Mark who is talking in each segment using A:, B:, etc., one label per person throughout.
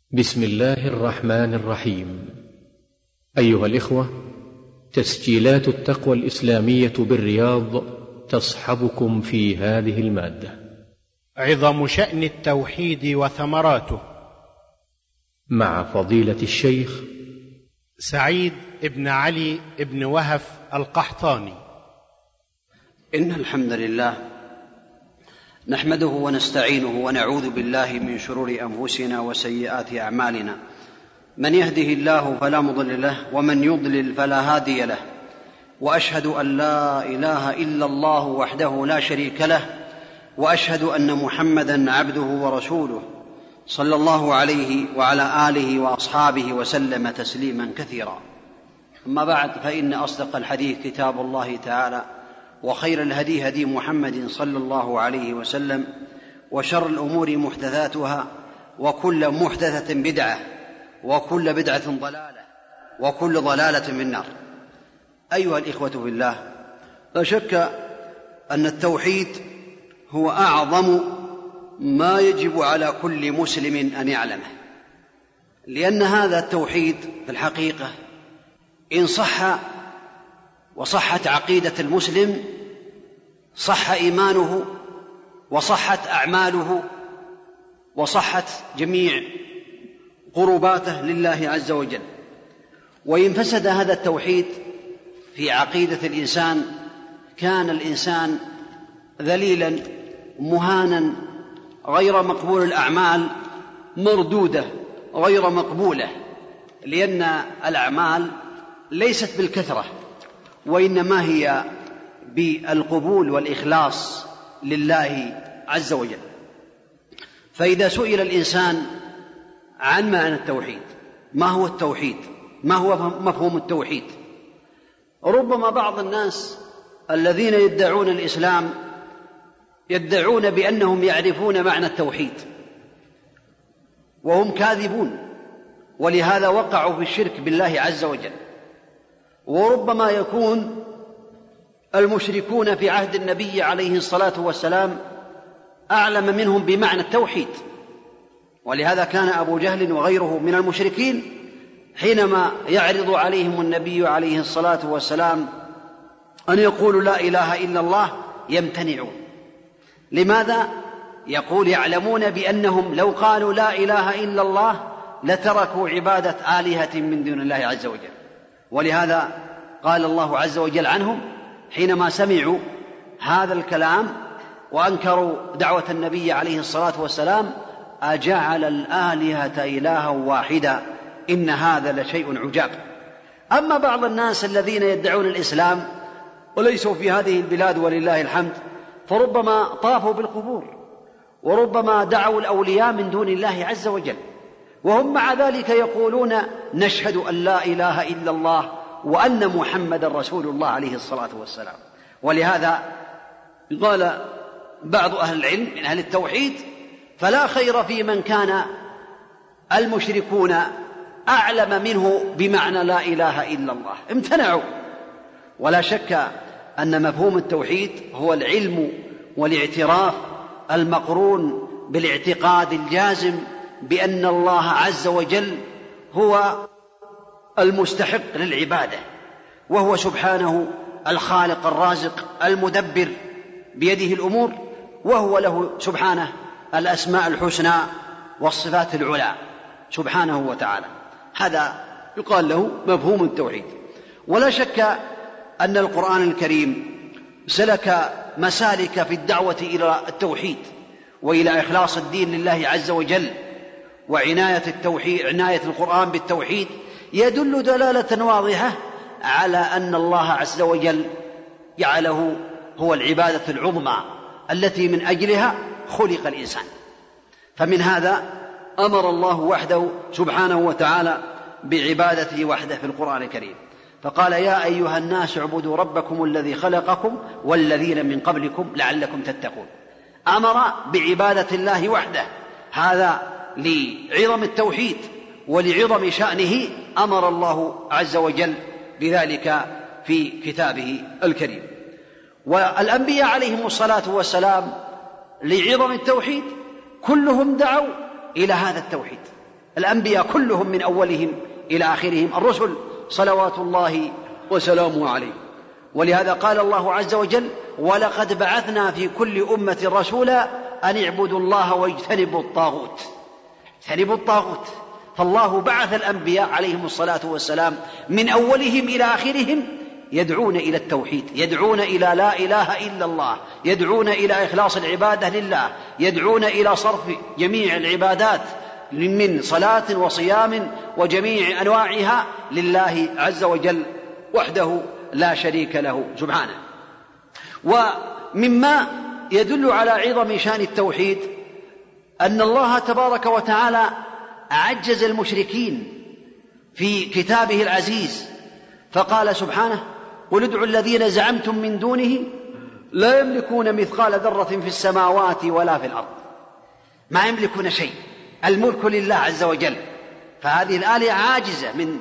A: بسم الله الرحمن الرحيم. أيها الإخوة، تسجيلات التقوى الإسلامية بالرياض تصحبكم في هذه المادة.
B: عظم شأن التوحيد وثمراته،
C: مع فضيلة الشيخ
B: سعيد بن علي بن وهف القحطاني.
D: إن الحمد لله نحمده ونستعينه ونعوذ بالله من شرور أنفسنا وسيئات أعمالنا، من يهده الله فلا مضل له ومن يضلل فلا هادي له، وأشهد أن لا إله إلا الله وحده لا شريك له، وأشهد أن محمدًا عبده ورسوله صلى الله عليه وعلى آله وأصحابه وسلم تسليمًا كثيرا. أما بعد، فإن أصدق الحديث كتاب الله تعالى، وخير الهدي هدي محمد صلى الله عليه وسلم، وشر الأمور محدثاتها، وكل محدثة بدعة، وكل بدعة ضلالة، وكل ضلالة في النار. أيها الإخوة في الله، لا شك أن التوحيد هو أعظم ما يجب على كل مسلم أن يعلمه، لأن هذا التوحيد في الحقيقة إن صح وصحت عقيدة المسلم صح إيمانه، وصحت أعماله، وصحت جميع قرباته لله عز وجل. وإن فسد هذا التوحيد في عقيدة الإنسان كان الإنسان ذليلا مهانا، غير مقبول الأعمال، مردودة غير مقبولة، لأن الأعمال ليست بالكثرة، وإنما هي بالقبول والإخلاص لله عز وجل. فإذا سئل الإنسان عن معنى التوحيد، ما هو التوحيد، ما هو مفهوم التوحيد، ربما بعض الناس الذين يدعون الإسلام يدعون بأنهم يعرفون معنى التوحيد، وهم كاذبون، ولهذا وقعوا في الشرك بالله عز وجل. وربما يكون المشركون في عهد النبي عليه الصلاة والسلام أعلم منهم بمعنى التوحيد، ولهذا كان أبو جهل وغيره من المشركين حينما يعرض عليهم النبي عليه الصلاة والسلام أن يقولوا لا إله إلا الله يمتنعون. لماذا؟ يقول يعلمون بأنهم لو قالوا لا إله إلا الله لتركوا عبادة آلهة من دون الله عز وجل. ولهذا قال الله عز وجل عنهم حينما سمعوا هذا الكلام وأنكروا دعوة النبي عليه الصلاة والسلام: أجعل الآلهة إلها واحدا إن هذا لشيء عجاب. أما بعض الناس الذين يدعون الإسلام وليسوا في هذه البلاد ولله الحمد، فربما طافوا بالقبور، وربما دعوا الأولياء من دون الله عز وجل، وهم مع ذلك يقولون نشهد أن لا إله إلا الله وأن محمد رسول الله عليه الصلاة والسلام. ولهذا قال بعض أهل العلم من أهل التوحيد: فلا خير في من كان المشركون أعلم منه بمعنى لا إله إلا الله، امتنعوا. ولا شك أن مفهوم التوحيد هو العلم والاعتراف المقرون بالاعتقاد الجازم بأن الله عز وجل هو المستحق للعبادة، وهو سبحانه الخالق الرازق المدبر بيده الأمور، وهو له سبحانه الأسماء الحسنى والصفات العلى سبحانه وتعالى. هذا يقال له مفهوم التوحيد. ولا شك أن القرآن الكريم سلك مسالك في الدعوة إلى التوحيد وإلى إخلاص الدين لله عز وجل، وعناية التوحيد، عناية القرآن بالتوحيد يدل دلالة واضحة على أن الله عز وجل جعله هو العبادة العظمى التي من أجلها خلق الإنسان. فمن هذا أمر الله وحده سبحانه وتعالى بعبادته وحده في القرآن الكريم، فقال: يا أيها الناس اعبدوا ربكم الذي خلقكم والذين من قبلكم لعلكم تتقون. أمر بعبادة الله وحده، هذا لعظم التوحيد ولعظم شأنه أمر الله عز وجل بذلك في كتابه الكريم. والأنبياء عليهم الصلاة والسلام لعظم التوحيد كلهم دعوا إلى هذا التوحيد، الأنبياء كلهم من أولهم إلى آخرهم الرسل صلوات الله وسلامه عليه. ولهذا قال الله عز وجل: ولقد بعثنا في كل أمة رسولا أن اعبدوا الله واجتنبوا الطاغوت. اجتنبوا الطاغوت. فالله بعث الأنبياء عليهم الصلاة والسلام من أولهم إلى آخرهم يدعون إلى التوحيد، يدعون إلى لا إله إلا الله، يدعون إلى إخلاص العبادة لله، يدعون إلى صرف جميع العبادات من صلاة وصيام وجميع أنواعها لله عز وجل وحده لا شريك له سبحانه. ومما يدل على عظم شأن التوحيد أن الله تبارك وتعالى عجز المشركين في كتابه العزيز، فقال سبحانه: قل ادعوا الذين زعمتم من دونه لا يملكون مثقال ذرة في السماوات ولا في الأرض. ما يملكون شيء، الملك لله عز وجل. فهذه الآية عاجزة من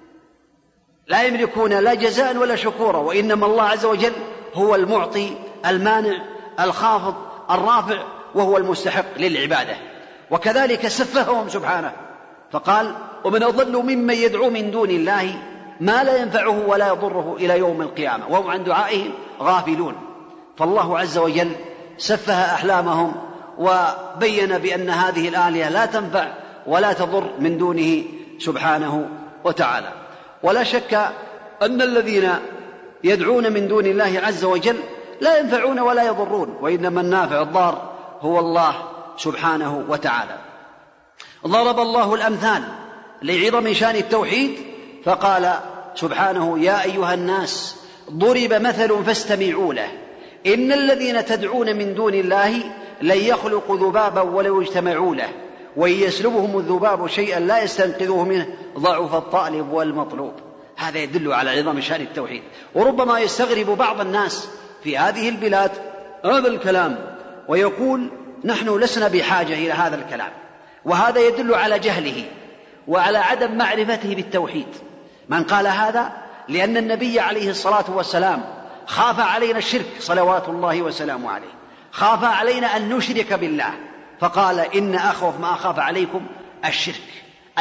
D: لا يملكون لا جزاء ولا شكورا، وإنما الله عز وجل هو المعطي المانع الخافض الرافع، وهو المستحق للعبادة. وكذلك سفههم سبحانه فقال: ومن أضل ممن يدعو من دون الله ما لا ينفعه ولا يضره إلى يوم القيامة وهم عن دعائهم غافلون. فالله عز وجل سفه أحلامهم وبين بأن هذه الآلهة لا تنفع ولا تضر من دونه سبحانه وتعالى. ولا شك أن الذين يدعون من دون الله عز وجل لا ينفعون ولا يضرون، وإنما النافع الضار هو الله سبحانه وتعالى. ضرب الله الأمثال لعظم شأن التوحيد فقال سبحانه: يا أيها الناس ضرب مثل فاستمعوا له إن الذين تدعون من دون الله لن يخلقوا ذبابا ولو اجتمعوا له وإن يسلبهم الذباب شيئا لا يستنقذوه منه ضعف الطالب والمطلوب. هذا يدل على عظم شأن التوحيد. وربما يستغرب بعض الناس في هذه البلاد هذا الكلام ويقول: نحن لسنا بحاجة إلى هذا الكلام. وهذا يدل على جهله وعلى عدم معرفته بالتوحيد. من قال هذا لأن النبي عليه الصلاة والسلام خاف علينا الشرك صلوات الله وسلامه عليه، خاف علينا أن نشرك بالله، فقال: إن أخوف ما أخاف عليكم الشرك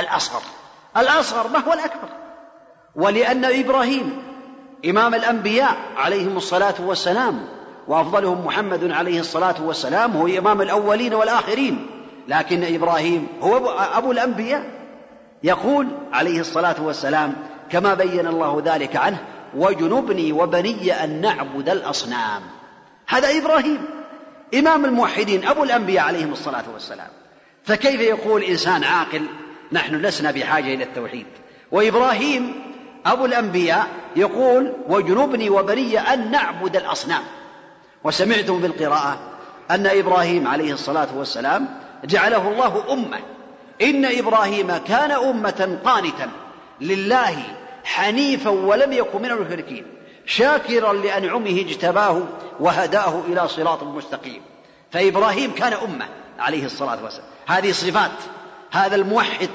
D: الأصغر ما هو الأكبر. ولأن إبراهيم إمام الأنبياء عليهم الصلاة والسلام وأفضلهم محمد عليه الصلاة والسلام هو إمام الأولين والآخرين، لكن إبراهيم هو أبو الأنبياء. يقول عليه الصلاة والسلام كما بين الله ذلك عنه: وجنبني وبني أن نعبد الأصنام. هذا إبراهيم إمام الموحدين أبو الأنبياء عليهم الصلاة والسلام. فكيف يقول إنسان عاقل نحن لسنا بحاجة إلى التوحيد؟ وإبراهيم أبو الأنبياء يقول: وجنبني وبني أن نعبد الأصنام. وسمعتم بالقراءة أن إبراهيم عليه الصلاة والسلام جعله الله أمة. إن إبراهيم كان أمة قانتا لله حنيفا ولم يكن من المشركين شاكرا لأنعمه اجتباه وهداه إلى صراط مستقيم. فإبراهيم كان أمة عليه الصلاة والسلام. هذه صفات هذا الموحد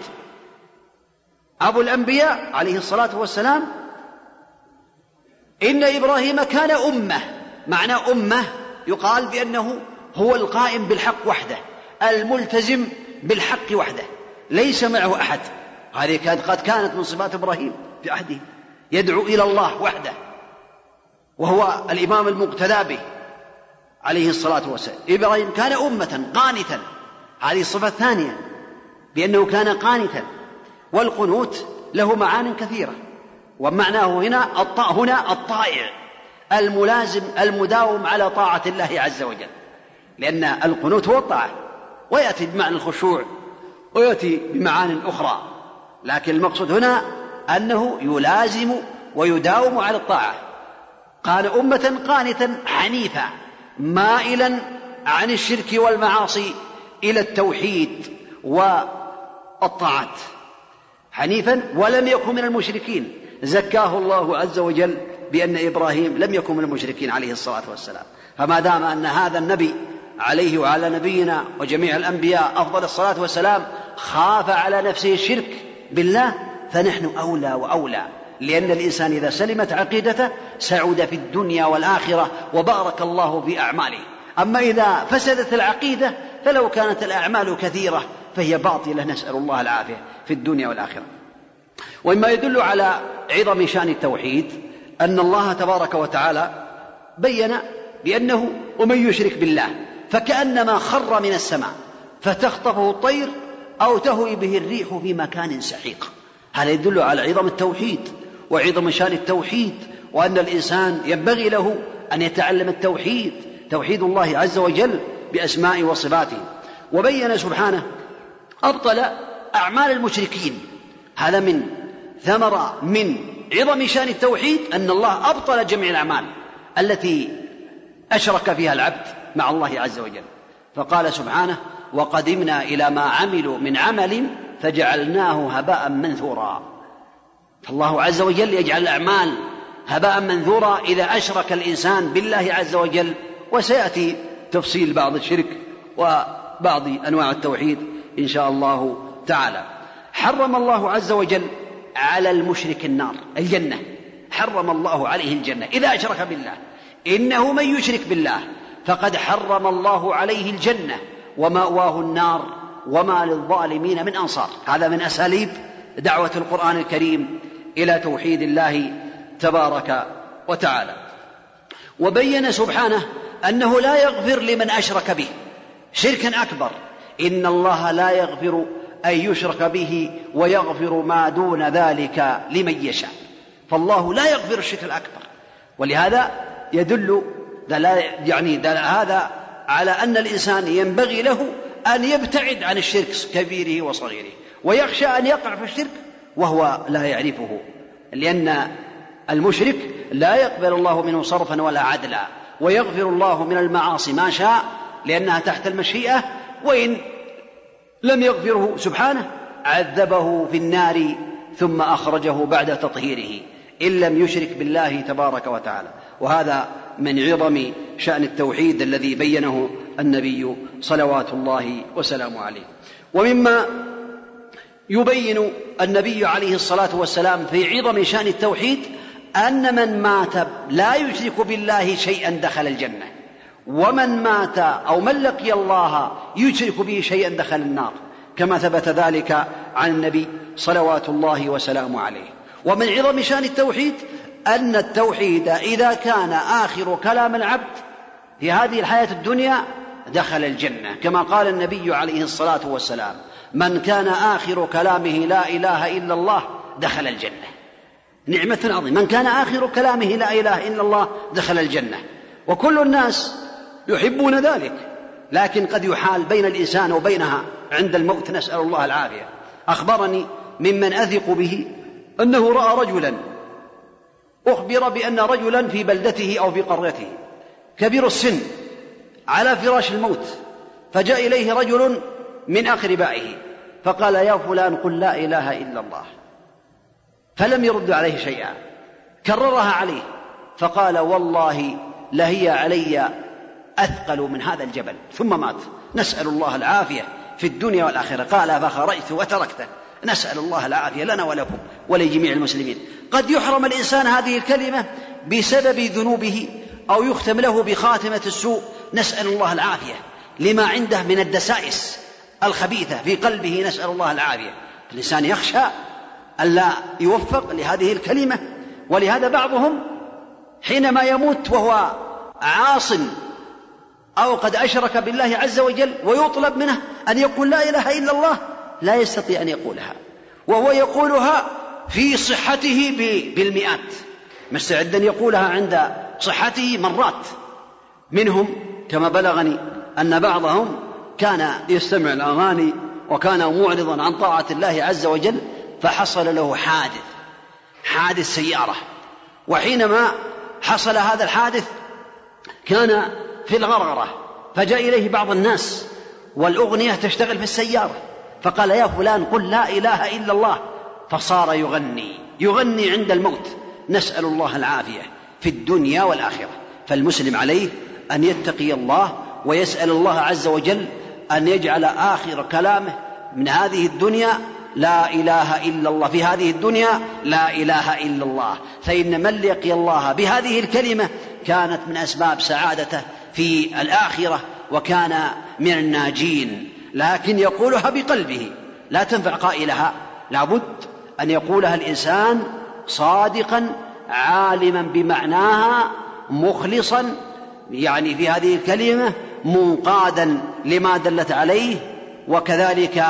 D: أبو الأنبياء عليه الصلاة والسلام. إن إبراهيم كان أمة، معنى أمة يقال بأنه هو القائم بالحق وحده، الملتزم بالحق وحده، ليس معه أحد. هذه قد كانت من صفات إبراهيم في عهده، يدعو إلى الله وحده، وهو الإمام المقتدى به عليه الصلاة والسلام. إبراهيم كان أمة قانتا، هذه الصفة الثانية بأنه كان قانتا. والقنوت له معان كثيرة، ومعناه هنا الطائع الملازم المداوم على طاعة الله عز وجل، لأن القنوت هو الطاعة، ويأتي بمعنى الخشوع ويأتي بمعان أخرى، لكن المقصود هنا أنه يلازم ويداوم على الطاعة. قال أمة قانتا حنيفا مائلا عن الشرك والمعاصي إلى التوحيد والطاعات، حنيفا ولم يكن من المشركين. زكاه الله عز وجل بأن إبراهيم لم يكن من المشركين عليه الصلاة والسلام. فما دام أن هذا النبي عليه وعلى نبينا وجميع الأنبياء أفضل الصلاة والسلام خاف على نفسه الشرك بالله، فنحن أولى وأولى، لأن الإنسان إذا سلمت عقيدته سعد في الدنيا والآخرة وبارك الله في أعماله. أما إذا فسدت العقيدة فلو كانت الأعمال كثيرة فهي باطلة، نسأل الله العافية في الدنيا والآخرة. ومما يدل على عظم شأن التوحيد أن الله تبارك وتعالى بين بأنه ومن يشرك بالله فكأنما خر من السماء فتخطفه الطير أو تهوي به الريح في مكان سحيق. هذا يدل على عظم التوحيد وعظم شأن التوحيد، وأن الإنسان ينبغي له أن يتعلم التوحيد، توحيد الله عز وجل بأسمائه وصفاته. وبين سبحانه أبطل أعمال المشركين. هذا من ثمرة من عظم شأن التوحيد أن الله أبطل جميع الأعمال التي أشرك فيها العبد مع الله عز وجل. فقال سبحانه وقدمنا إلى ما عملوا من عمل فجعلناه هباء منثورا. فالله عز وجل يجعل الأعمال هباء منثورا إذا أشرك الإنسان بالله عز وجل. وسيأتي تفصيل بعض الشرك وبعض أنواع التوحيد إن شاء الله تعالى. حرم الله عز وجل على المشرك النار، الجنة، حرم الله عليه الجنة إذا أشرك بالله. إنه من يشرك بالله فقد حرم الله عليه الجنة ومأواه النار وما للظالمين من أنصار. هذا من أساليب دعوة القرآن الكريم إلى توحيد الله تبارك وتعالى. وبين سبحانه أنه لا يغفر لمن أشرك به شركا أكبر. إن الله لا يغفر أن يشرك به ويغفر ما دون ذلك لمن يشاء. فالله لا يغفر الشرك الأكبر. ولهذا يدل هذا على أن الإنسان ينبغي له أن يبتعد عن الشرك كبيره وصغيره، ويخشى أن يقع في الشرك وهو لا يعرفه، لأن المشرك لا يقبل الله منه صرفا ولا عدلا، ويغفر الله من المعاصي ما شاء لأنها تحت المشيئة، وإن لم يغفره سبحانه عذبه في النار ثم أخرجه بعد تطهيره إن لم يشرك بالله تبارك وتعالى. وهذا من عظم شأن التوحيد الذي بينه النبي صلوات الله وسلامه عليه. ومما يبين النبي عليه الصلاة والسلام في عظم شأن التوحيد أن من مات لا يشرك بالله شيئا دخل الجنة، ومن مات أو من لقي الله يشرك به شيئا دخل النار، كما ثبت ذلك عن النبي صلوات الله وسلامه عليه. ومن عظم شأن التوحيد أن التوحيد إذا كان آخر كلام العبد في هذه الحياة الدنيا دخل الجنة، كما قال النبي عليه الصلاة والسلام من كان آخر كلامه لا إله إلا الله دخل الجنة. نعمة عظيمة، من كان آخر كلامه لا إله إلا الله دخل الجنة. وكل الناس يحبون ذلك، لكن قد يحال بين الإنسان وبينها عند الموت، نسأل الله العافية. أخبرني ممن أثق به أنه رأى رجلا، أخبر بأن رجلا في بلدته أو في قريته كبير السن على فراش الموت، فجاء إليه رجل من أقربائه فقال يا فلان قل لا إله إلا الله، فلم يرد عليه شيئا، كررها عليه فقال والله لهي علي أثقل من هذا الجبل، ثم مات، نسأل الله العافية في الدنيا والآخرة. قال فخرجت وتركته، نسأل الله العافية لنا ولكم ولجميع المسلمين. قد يحرم الإنسان هذه الكلمة بسبب ذنوبه أو يختم له بخاتمة السوء، نسأل الله العافية، لما عنده من الدسائس الخبيثة في قلبه، نسأل الله العافية. الإنسان يخشى ألا يوفق لهذه الكلمة. ولهذا بعضهم حينما يموت وهو عاص أو قد أشرك بالله عز وجل ويطلب منه أن يقول لا إله إلا الله لا يستطيع أن يقولها، وهو يقولها في صحته بالمئات، مستعد أن يقولها عند صحته مرات. منهم كما بلغني أن بعضهم كان يستمع الأغاني وكان معرضا عن طاعة الله عز وجل، فحصل له حادث سيارة، وحينما حصل هذا الحادث كان في الغرغرة، فجاء إليه بعض الناس والأغنية تشتغل في السيارة، فقال يا فلان قل لا إله إلا الله، فصار يغني عند الموت، نسأل الله العافية في الدنيا والآخرة. فالمسلم عليه أن يتقي الله ويسأل الله عز وجل أن يجعل آخر كلامه من هذه الدنيا لا إله إلا الله، في هذه الدنيا لا إله إلا الله، فإن من لقي الله بهذه الكلمة كانت من أسباب سعادته في الآخرة وكان من الناجين. لكن يقولها بقلبه، لا تنفع قائلها، لابد أن يقولها الإنسان صادقا عالما بمعناها، مخلصا يعني في هذه الكلمة، منقادا لما دلت عليه. وكذلك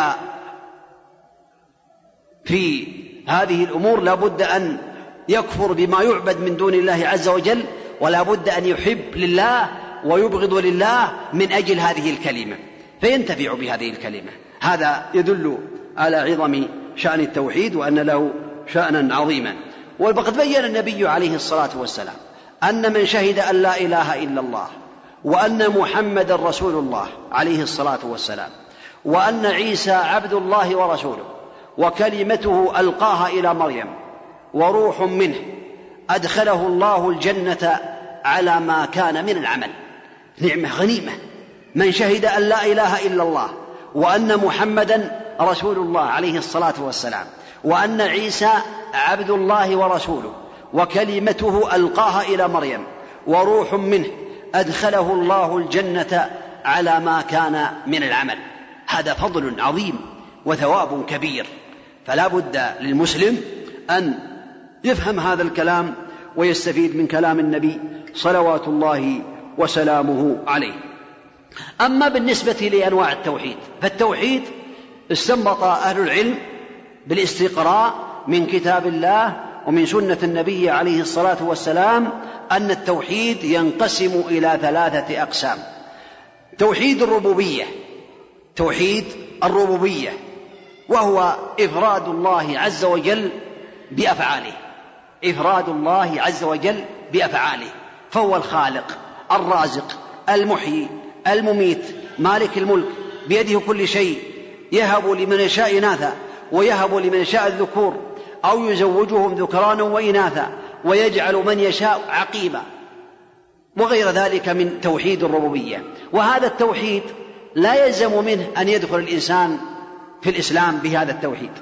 D: في هذه الأمور لابد أن يكفر بما يعبد من دون الله عز وجل، ولا بد أن يحب لله ويبغض لله من أجل هذه الكلمة، فينتفع بهذه الكلمة. هذا يدل على عظم شأن التوحيد وأن له شأنا عظيما. وقد بين النبي عليه الصلاة والسلام أن من شهد أن لا إله إلا الله وأن محمد رسول الله عليه الصلاة والسلام وأن عيسى عبد الله ورسوله وكلمته ألقاها إلى مريم وروح منه أدخله الله الجنة على ما كان من العمل. نعمة غنيمة. من شهد أن لا إله إلا الله وأن محمدا رسول الله عليه الصلاة والسلام وأن عيسى عبد الله ورسوله وكلمته ألقاها إلى مريم وروح منه أدخله الله الجنة على ما كان من العمل. هذا فضل عظيم وثواب كبير، فلا بد للمسلم أن يفهم هذا الكلام ويستفيد من كلام النبي صلوات الله وسلامه عليه. أما بالنسبة لأنواع التوحيد، فالتوحيد استنبط أهل العلم بالاستقراء من كتاب الله ومن سنة النبي عليه الصلاة والسلام أن التوحيد ينقسم إلى 3 أقسام. توحيد الربوبية وهو إفراد الله عز وجل بأفعاله، فهو الخالق الرازق المحيي المميت مالك الملك، بيده كل شيء، يهب لمن يشاء إناثا ويهب لمن يشاء الذكور أو يزوجهم ذكرانا وإناثا ويجعل من يشاء عقيما، وغير ذلك من توحيد الربوبية. وهذا التوحيد لا يلزم منه أن يدخل الإنسان في الإسلام بهذا التوحيد،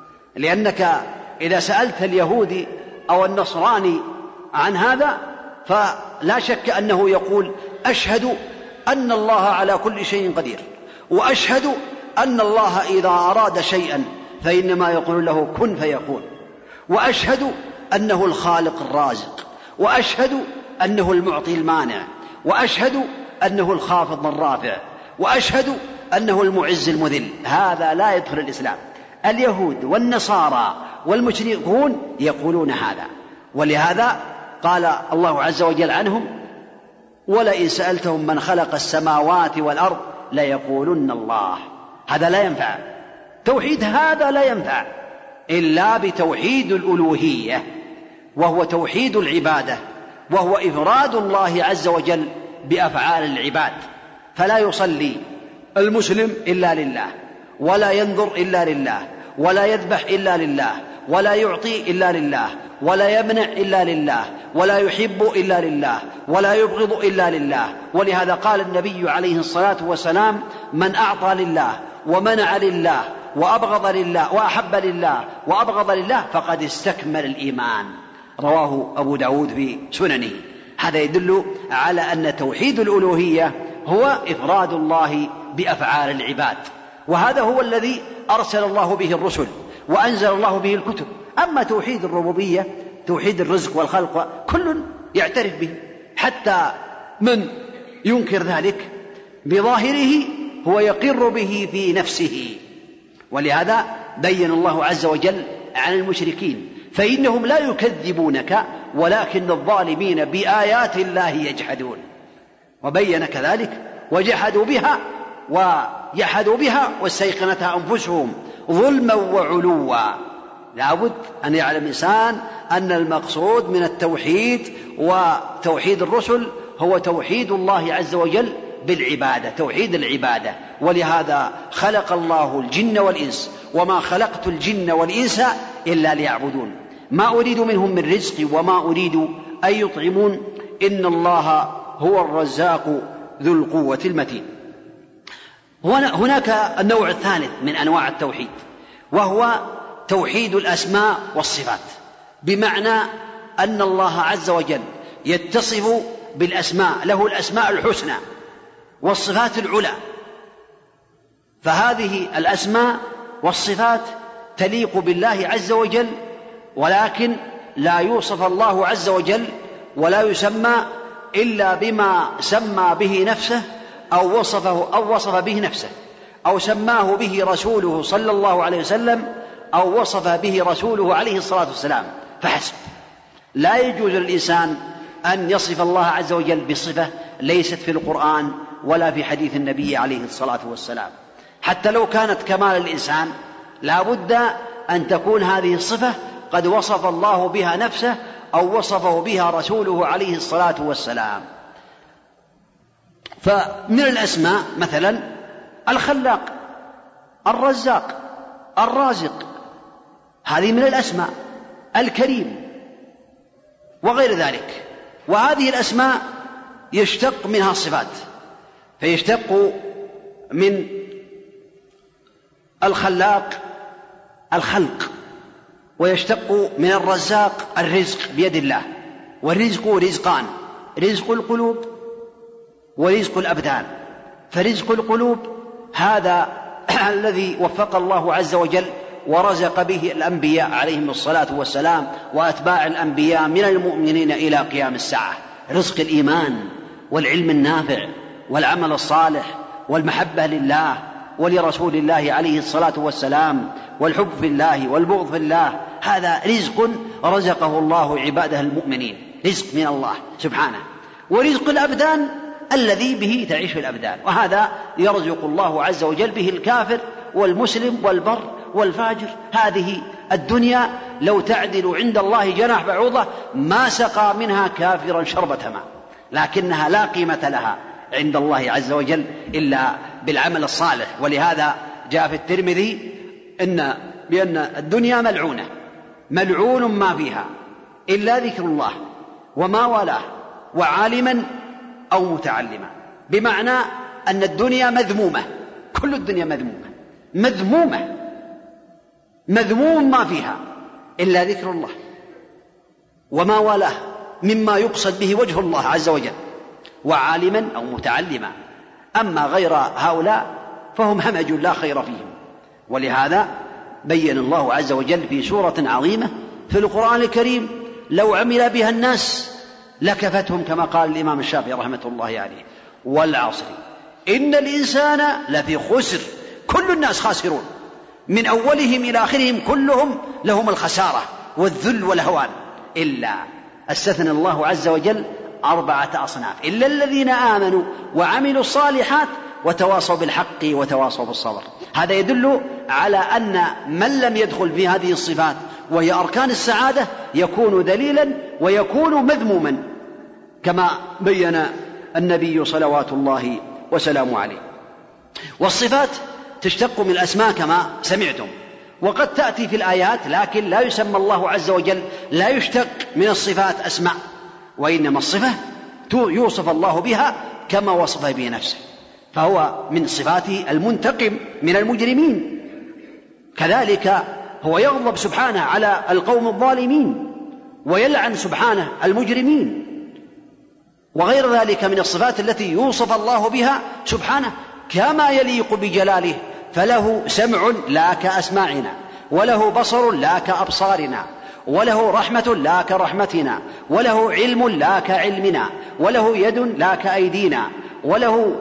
D: لأنك إذا سألت اليهودي أو النصراني عن هذا فلا شك أنه يقول أشهد أن الله على كل شيء قدير، وأشهد أن الله إذا أراد شيئا فإنما يقول له كن فيكون، وأشهد أنه الخالق الرازق، وأشهد أنه المعطي المانع، وأشهد أنه الخافض الرافع، وأشهد أنه المعز المذل. هذا لا يدخل الإسلام. اليهود والنصارى والمشركون يقولون هذا، ولهذا قال الله عز وجل عنهم ولئن سألتهم من خلق السماوات والأرض ليقولن الله. هذا لا ينفع، توحيد هذا لا ينفع إلا بتوحيد الألوهية، وهو توحيد العبادة، وهو إفراد الله عز وجل بأفعال العباد. فلا يصلي المسلم إلا لله، ولا ينظر إلا لله، ولا يذبح إلا لله، ولا يعطي إلا لله، ولا يمنع إلا لله، ولا يحب إلا لله، ولا يبغض إلا لله. ولهذا قال النبي عليه الصلاة والسلام من أعطى لله ومنع لله وأبغض لله وأحب لله وأبغض لله فقد استكمل الإيمان، رواه أبو داود في سننه. هذا يدل على أن توحيد الألوهية هو إفراد الله بأفعال العباد، وهذا هو الذي أرسل الله به الرسل وأنزل الله به الكتب. أما توحيد الربوبية، توحيد الرزق والخلق، كل يعترف به، حتى من ينكر ذلك بظاهره هو يقر به في نفسه. ولهذا بين الله عز وجل عن المشركين فإنهم لا يكذبونك ولكن الظالمين بآيات الله يجحدون، وبين كذلك وجحدوا بها واستيقنتها أنفسهم ظلما وعلوا. لابد أن يعلم الإنسان أن المقصود من التوحيد وتوحيد الرسل هو توحيد الله عز وجل بالعبادة، توحيد العبادة. ولهذا خلق الله الجن والإنس وما خلقت الجن والإنس إلا ليعبدون ما أريد منهم من رزق وما أريد أن يطعمون إن الله هو الرزاق ذو القوة المتين. هناك النوع الثالث من أنواع التوحيد وهو توحيد الأسماء والصفات، بمعنى أن الله عز وجل يتصف بالأسماء، له الأسماء الحسنى والصفات العلى، فهذه الأسماء والصفات تليق بالله عز وجل، ولكن لا يوصف الله عز وجل ولا يسمى إلا بما سمى به نفسه أو وصف به نفسه، أو سماه به رسوله صلى الله عليه وسلم، أو وصف به رسوله عليه الصلاة والسلام فحسب. لا يجوز للإنسان أن يصف الله عز وجل بصفة ليست في القرآن ولا في حديث النبي عليه الصلاة والسلام، حتى لو كانت كمال الإنسان لا بد أن تكون هذه الصفة قد وصف الله بها نفسه أو وصفه بها رسوله عليه الصلاة والسلام. فمن الأسماء مثلا الخلاق، الرزاق، الرازق، هذه من الأسماء، الكريم وغير ذلك. وهذه الأسماء يشتق منها الصفات، فيشتق من الخلاق الخلق، ويشتق من الرزاق الرزق بيد الله. والرزق رزقان: رزق القلوب ورزق الأبدان. فرزق القلوب هذا الذي وفق الله عز وجل ورزق به الأنبياء عليهم الصلاة والسلام وأتباع الأنبياء من المؤمنين إلى قيام الساعة: رزق الإيمان والعلم النافع والعمل الصالح والمحبة لله ولرسول الله عليه الصلاة والسلام والحب في الله والبغض في الله. هذا رزق رزقه الله عباده المؤمنين، رزق من الله سبحانه. ورزق الأبدان الذي به تعيش الأبدان، وهذا يرزق الله عز وجل به الكافر والمسلم والبر والفاجر. هذه الدنيا لو تعدل عند الله جناح بعوضة ما سقى منها كافرا شربة ماء، لكنها لا قيمة لها عند الله عز وجل إلا بالعمل الصالح. ولهذا جاء في الترمذي بأن الدنيا ملعونة، ملعون ما فيها إلا ذكر الله وما والاه وعالما أو متعلما، بمعنى أن الدنيا مذمومة، كل الدنيا مذمومة مذموم ما فيها إلا ذكر الله وما والاه مما يقصد به وجه الله عز وجل، وعالما أو متعلما. أما غير هؤلاء فهم همج لا خير فيهم. ولهذا بين الله عز وجل في سورة عظيمة في القرآن الكريم لو عمل بها الناس لكفتهم، كما قال الإمام الشافعي رحمة الله عليه: والعصر إن الإنسان لفي خسر، كل الناس خاسرون، من أولهم إلى آخرهم كلهم لهم الخسارة والذل والهوان، إلا استثنى الله عز وجل 4 أصناف: إلا الذين آمنوا وعملوا الصالحات وتواصوا بالحق وتواصوا بالصبر. هذا يدل على أن من لم يدخل في هذه الصفات وهي أركان السعادة يكون دليلا ويكون مذموما، كما بين النبي صلوات الله وسلامه عليه. والصفات تشتق من الأسماء كما سمعتم، وقد تأتي في الآيات، لكن لا يسمى الله عز وجل، لا يشتق من الصفات أسماء، وإنما الصفة يوصف الله بها كما وصف به نفسه، فهو من صفاته المنتقم من المجرمين. كذلك هو يغضب سبحانه على القوم الظالمين ويلعن سبحانه المجرمين، وغير ذلك من الصفات التي يوصف الله بها سبحانه كما يليق بجلاله. فله سمع لا كأسماعنا، وله بصر لا كأبصارنا، وله رحمة لا كرحمتنا، وله علم لا كعلمنا، وله يد لا كأيدينا، وله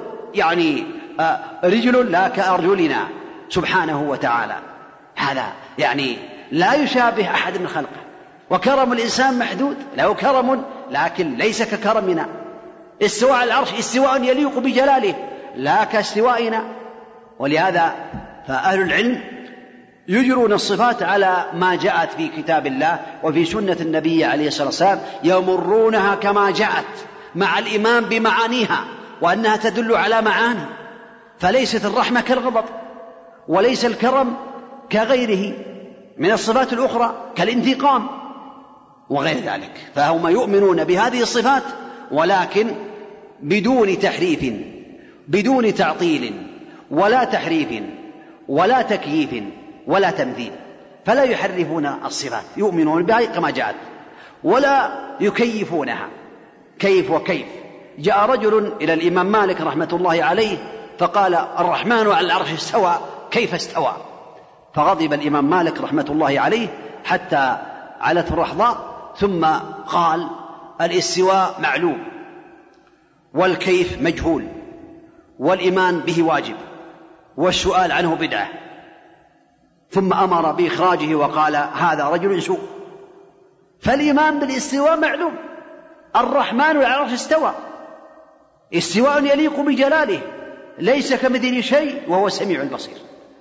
D: رجل لا كأرجلنا سبحانه وتعالى. هذا لا يشابه أحد من خلقه. وكرم الإنسان محدود، له كرم لكن ليس ككرمنا. استواء على العرش استواء يليق بجلاله لا كاستوائنا. ولهذا فأهل العلم يجرون الصفات على ما جاءت في كتاب الله وفي سنة النبي عليه الصلاة والسلام، يمرونها كما جاءت مع الإيمان بمعانيها وأنها تدل على معاني. فليست الرحمة كالغضب، وليس الكرم كغيره من الصفات الأخرى كالانتقام وغير ذلك. فهم يؤمنون بهذه الصفات ولكن بدون تحريف، بدون تعطيل ولا تحريف ولا تكييف ولا تمثيل. فلا يحرفون الصفات، يؤمنون بها كما جاءت ولا يكيفونها كيف وكيف. جاء رجل إلى الإمام مالك رحمة الله عليه فقال الرحمن على العرش استوى كيف استوى؟ فغضب الإمام مالك رحمة الله عليه حتى علته الرحضاء، ثم قال الاستواء معلوم والكيف مجهول والإيمان به واجب والسؤال عنه بدعة، ثم أمر بإخراجه وقال هذا رجل سوء. فالإيمان بالاستواء معلوم، الرحمن على العرش استوى، استواء يليق بجلاله، ليس كمثله شيء وهو السميع البصير.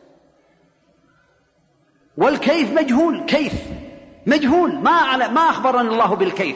D: والكيف مجهول، كيف مجهول، ما أخبرنا الله بالكيف،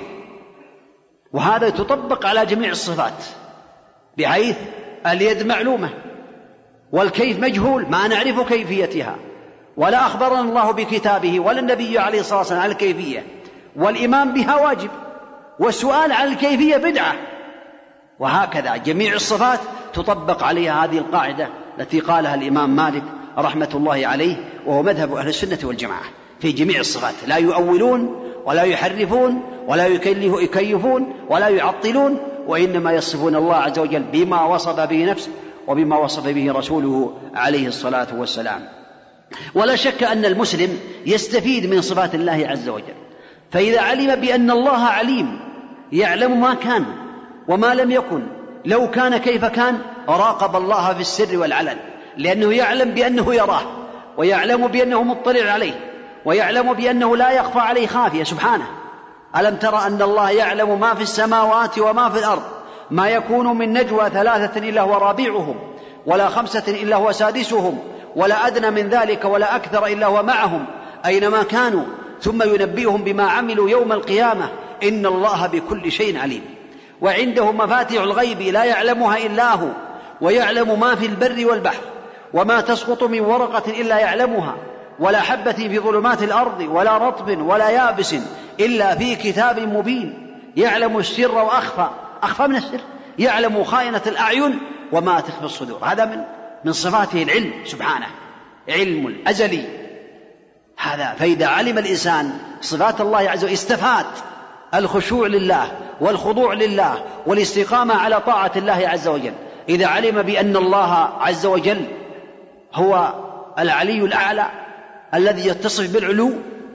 D: وهذا يتطبق على جميع الصفات، بحيث اليد معلومة والكيف مجهول، ما نعرف كيفيتها، ولا أخبرنا الله بكتابه ولا النبي عليه الصلاة والسلام على الكيفية، والإيمان بها واجب، والسؤال عن الكيفية بدعة. وهكذا جميع الصفات تطبق عليها هذه القاعدة التي قالها الإمام مالك رحمة الله عليه، وهو مذهب أهل السنة والجماعة في جميع الصفات، لا يؤولون ولا يحرفون ولا يكيفون ولا يعطلون، وإنما يصفون الله عز وجل بما وصف به نفسه وبما وصف به رسوله عليه الصلاة والسلام. ولا شك أن المسلم يستفيد من صفات الله عز وجل، فإذا علم بأن الله عليم يعلم ما كان وما لم يكن، لو كان كيف كان، راقب الله في السر والعلن، لأنه يعلم بأنه يراه، ويعلم بأنه مطلع عليه، ويعلم بأنه لا يخفى عليه خافية سبحانه. ألم ترى أن الله يعلم ما في السماوات وما في الأرض، ما يكون من نجوى 3 إلا هو رابعهم، ولا 5 إلا هو سادسهم، ولا أدنى من ذلك ولا أكثر إلا هو معهم أينما كانوا، ثم ينبئهم بما عملوا يوم القيامة، إن الله بكل شيء عليم. وعنده مفاتيح الغيب لا يعلمها إلا هو، ويعلم ما في البر والبحر، وما تسقط من ورقة إلا يعلمها، ولا حبة في ظلمات الأرض ولا رطب ولا يابس إلا في كتاب مبين. يعلم السر وأخفى، أخفى من السر، يعلم خائنة الأعين وما تخفي الصدور. هذا من صفاته العلم سبحانه، علم الأزلي هذا. فإذا علم الإنسان صفات الله عز وجل استفاد الخشوع لله والخضوع لله والاستقامة على طاعة الله عز وجل. إذا علم بأن الله عز وجل هو العلي الأعلى الذي يتصف بالعلو،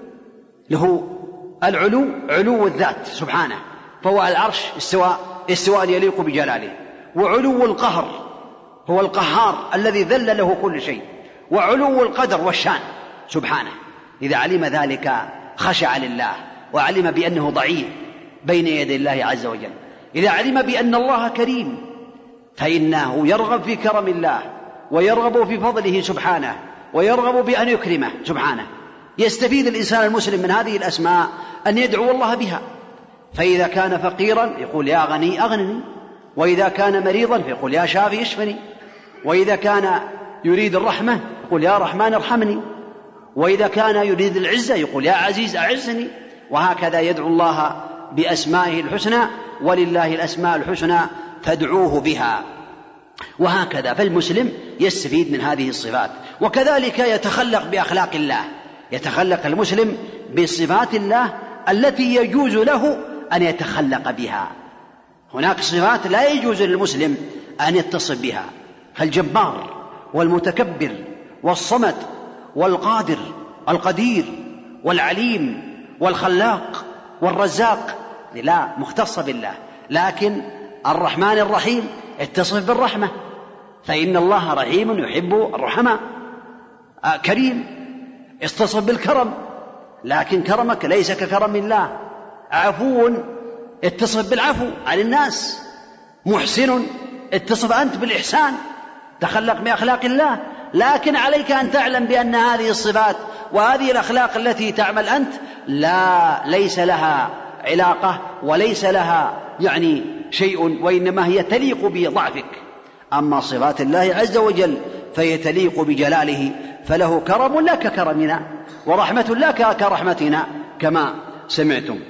D: له العلو علو الذات سبحانه، فهو على العرش استواء يليق بجلاله، وعلو القهر هو القهار الذي ذل له كل شيء، وعلو القدر والشان سبحانه. إذا علم ذلك خشع لله، وعلم بأنه ضعيف بين يدي الله عز وجل. إذا علم بأن الله كريم فإنه يرغب في كرم الله، ويرغب في فضله سبحانه، ويرغب بأن يكرمه سبحانه. يستفيد الإنسان المسلم من هذه الأسماء أن يدعو الله بها، فإذا كان فقيرا يقول يا غني أغنني، وإذا كان مريضا فيقول يا شافي اشفني، وإذا كان يريد الرحمة يقول يا رحمن ارحمني، وإذا كان يريد العزة يقول يا عزيز أعزني. وهكذا يدعو الله بأسمائه الحسنى، ولله الأسماء الحسنى فادعوه بها. وهكذا فالمسلم يستفيد من هذه الصفات. وكذلك يتخلق بأخلاق الله، يتخلق المسلم بصفات الله التي يجوز له أن يتخلق بها. هناك صفات لا يجوز للمسلم أن يتصف بها، فالجبار والمتكبر والصمد والقادر القدير والعليم والخلاق والرزاق لا مختص بالله. لكن الرحمن الرحيم اتصف بالرحمة، فإن الله رحيم يحب الرحمة. كريم اتصف بالكرم، لكن كرمك ليس ككرم الله. عفو اتصف بالعفو عن الناس. محسن اتصف أنت بالإحسان، تخلق بأخلاق الله، لكن عليك أن تعلم بأن هذه الصفات وهذه الأخلاق التي تعمل أنت ليس لها علاقة وليس لها شيء، وإنما هي تليق بضعفك. أما صفات الله عز وجل فهي تليق بجلاله، فله كرم لا ككرمنا، ورحمة لا كرحمتنا كما سمعتم.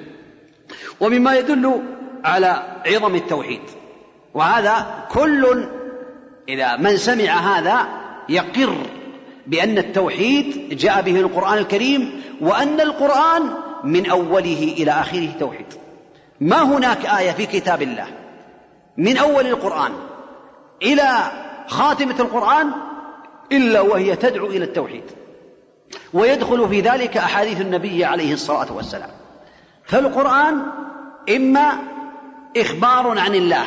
D: ومما يدل على عظم التوحيد، وهذا كل إذا من سمع هذا يقر بأن التوحيد جاء به القرآن الكريم، وأن القرآن من أوله إلى آخره توحيد. ما هناك آية في كتاب الله من أول القرآن إلى خاتمة القرآن إلا وهي تدعو إلى التوحيد، ويدخل في ذلك أحاديث النبي عليه الصلاة والسلام. فالقرآن إما إخبار عن الله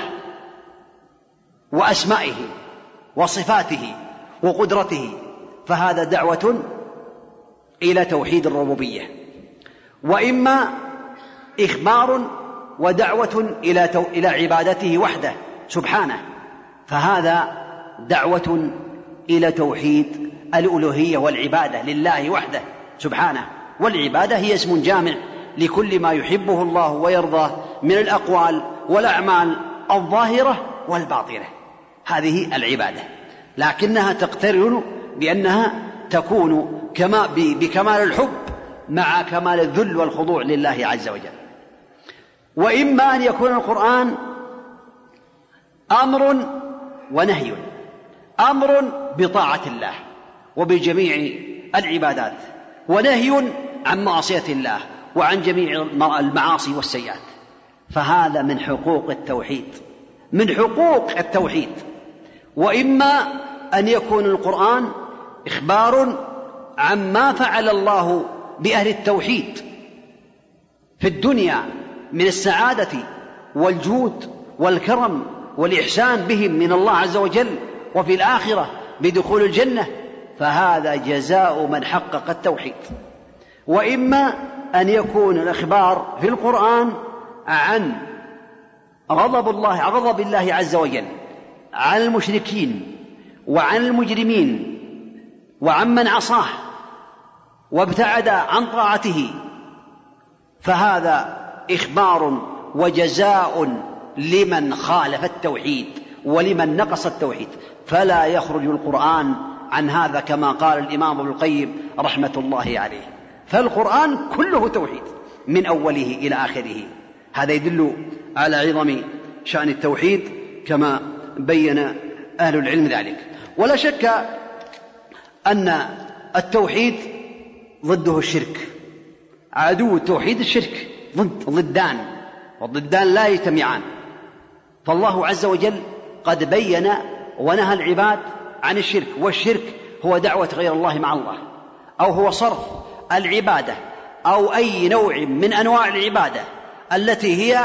D: وأسمائه وصفاته وقدرته، فهذا دعوة إلى توحيد الربوبية، وإما إخبار ودعوة إلى عبادته وحده سبحانه، فهذا دعوة إلى توحيد الألوهية والعبادة لله وحده سبحانه. والعبادة هي اسم جامع لكل ما يحبه الله ويرضاه من الأقوال والأعمال الظاهرة والباطنة، هذه العبادة، لكنها تقترن بأنها تكون بكمال الحب مع كمال الذل والخضوع لله عز وجل. وإما أن يكون القرآن أمر ونهي، أمر بطاعة الله وبجميع العبادات، ونهي عن معصية الله وعن جميع المعاصي والسيئات، فهذا من حقوق التوحيد، من حقوق التوحيد. وإما أن يكون القرآن إخبار عما فعل الله بأهل التوحيد في الدنيا من السعادة والجود والكرم والإحسان بهم من الله عز وجل، وفي الآخرة بدخول الجنة، فهذا جزاء من حقق التوحيد. وإما أن يكون الإخبار في القرآن عن غضب الله عز وجل عن المشركين وعن المجرمين وعن من عصاه وابتعد عن طاعته، فهذا إخبار وجزاء لمن خالف التوحيد ولمن نقص التوحيد، فلا يخرج القرآن عن هذا كما قال الإمام ابن القيم رحمة الله عليه. فالقرآن كله توحيد من أوله إلى آخره، هذا يدل على عظم شأن التوحيد كما بين أهل العلم ذلك. ولا شك أن التوحيد ضده الشرك، عدو التوحيد الشرك، ضدان، والضدان لا يجتمعان. فالله عز وجل قد بين ونهى العباد عن الشرك، والشرك هو دعوة غير الله مع الله، أو هو صرف العبادة أو أي نوع من أنواع العبادة التي هي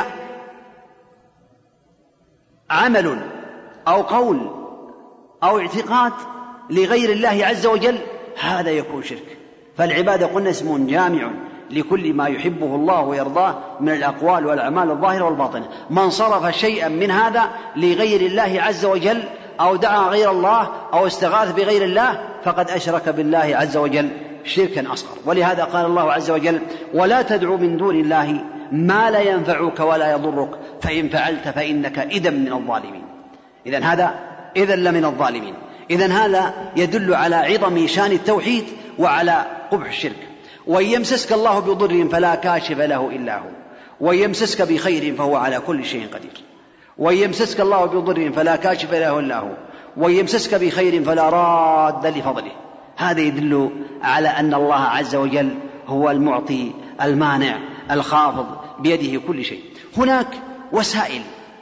D: عمل أو قول أو اعتقاد لغير الله عز وجل، هذا يكون شرك. فالعبادة قلنا اسم جامع لكل ما يحبه الله ويرضاه من الأقوال والأعمال الظاهرة والباطنة. من صرف شيئا من هذا لغير الله عز وجل أو دعا غير الله أو استغاث بغير الله فقد أشرك بالله عز وجل شركا أصغر. ولهذا قال الله عز وجل: ولا تدعو من دون الله ما لا ينفعك ولا يضرك فإن فعلت فإنك إذا من الظالمين. إذن لمن الظالمين. إذن هذا يدل على عظم شان التوحيد وعلى قبح الشرك. وإن يمسسك الله بضر فلا كاشف له إلا هو، وإن يمسسك بخير فهو على كل شيء قدير. وإن يمسسك الله بضر فلا كاشف له إلا هو، وإن يمسسك بخير فلا راد لفضله. هذا يدل على أن الله عز وجل هو المعطي المانع الخافض بيده كل شيء. هناك وسائل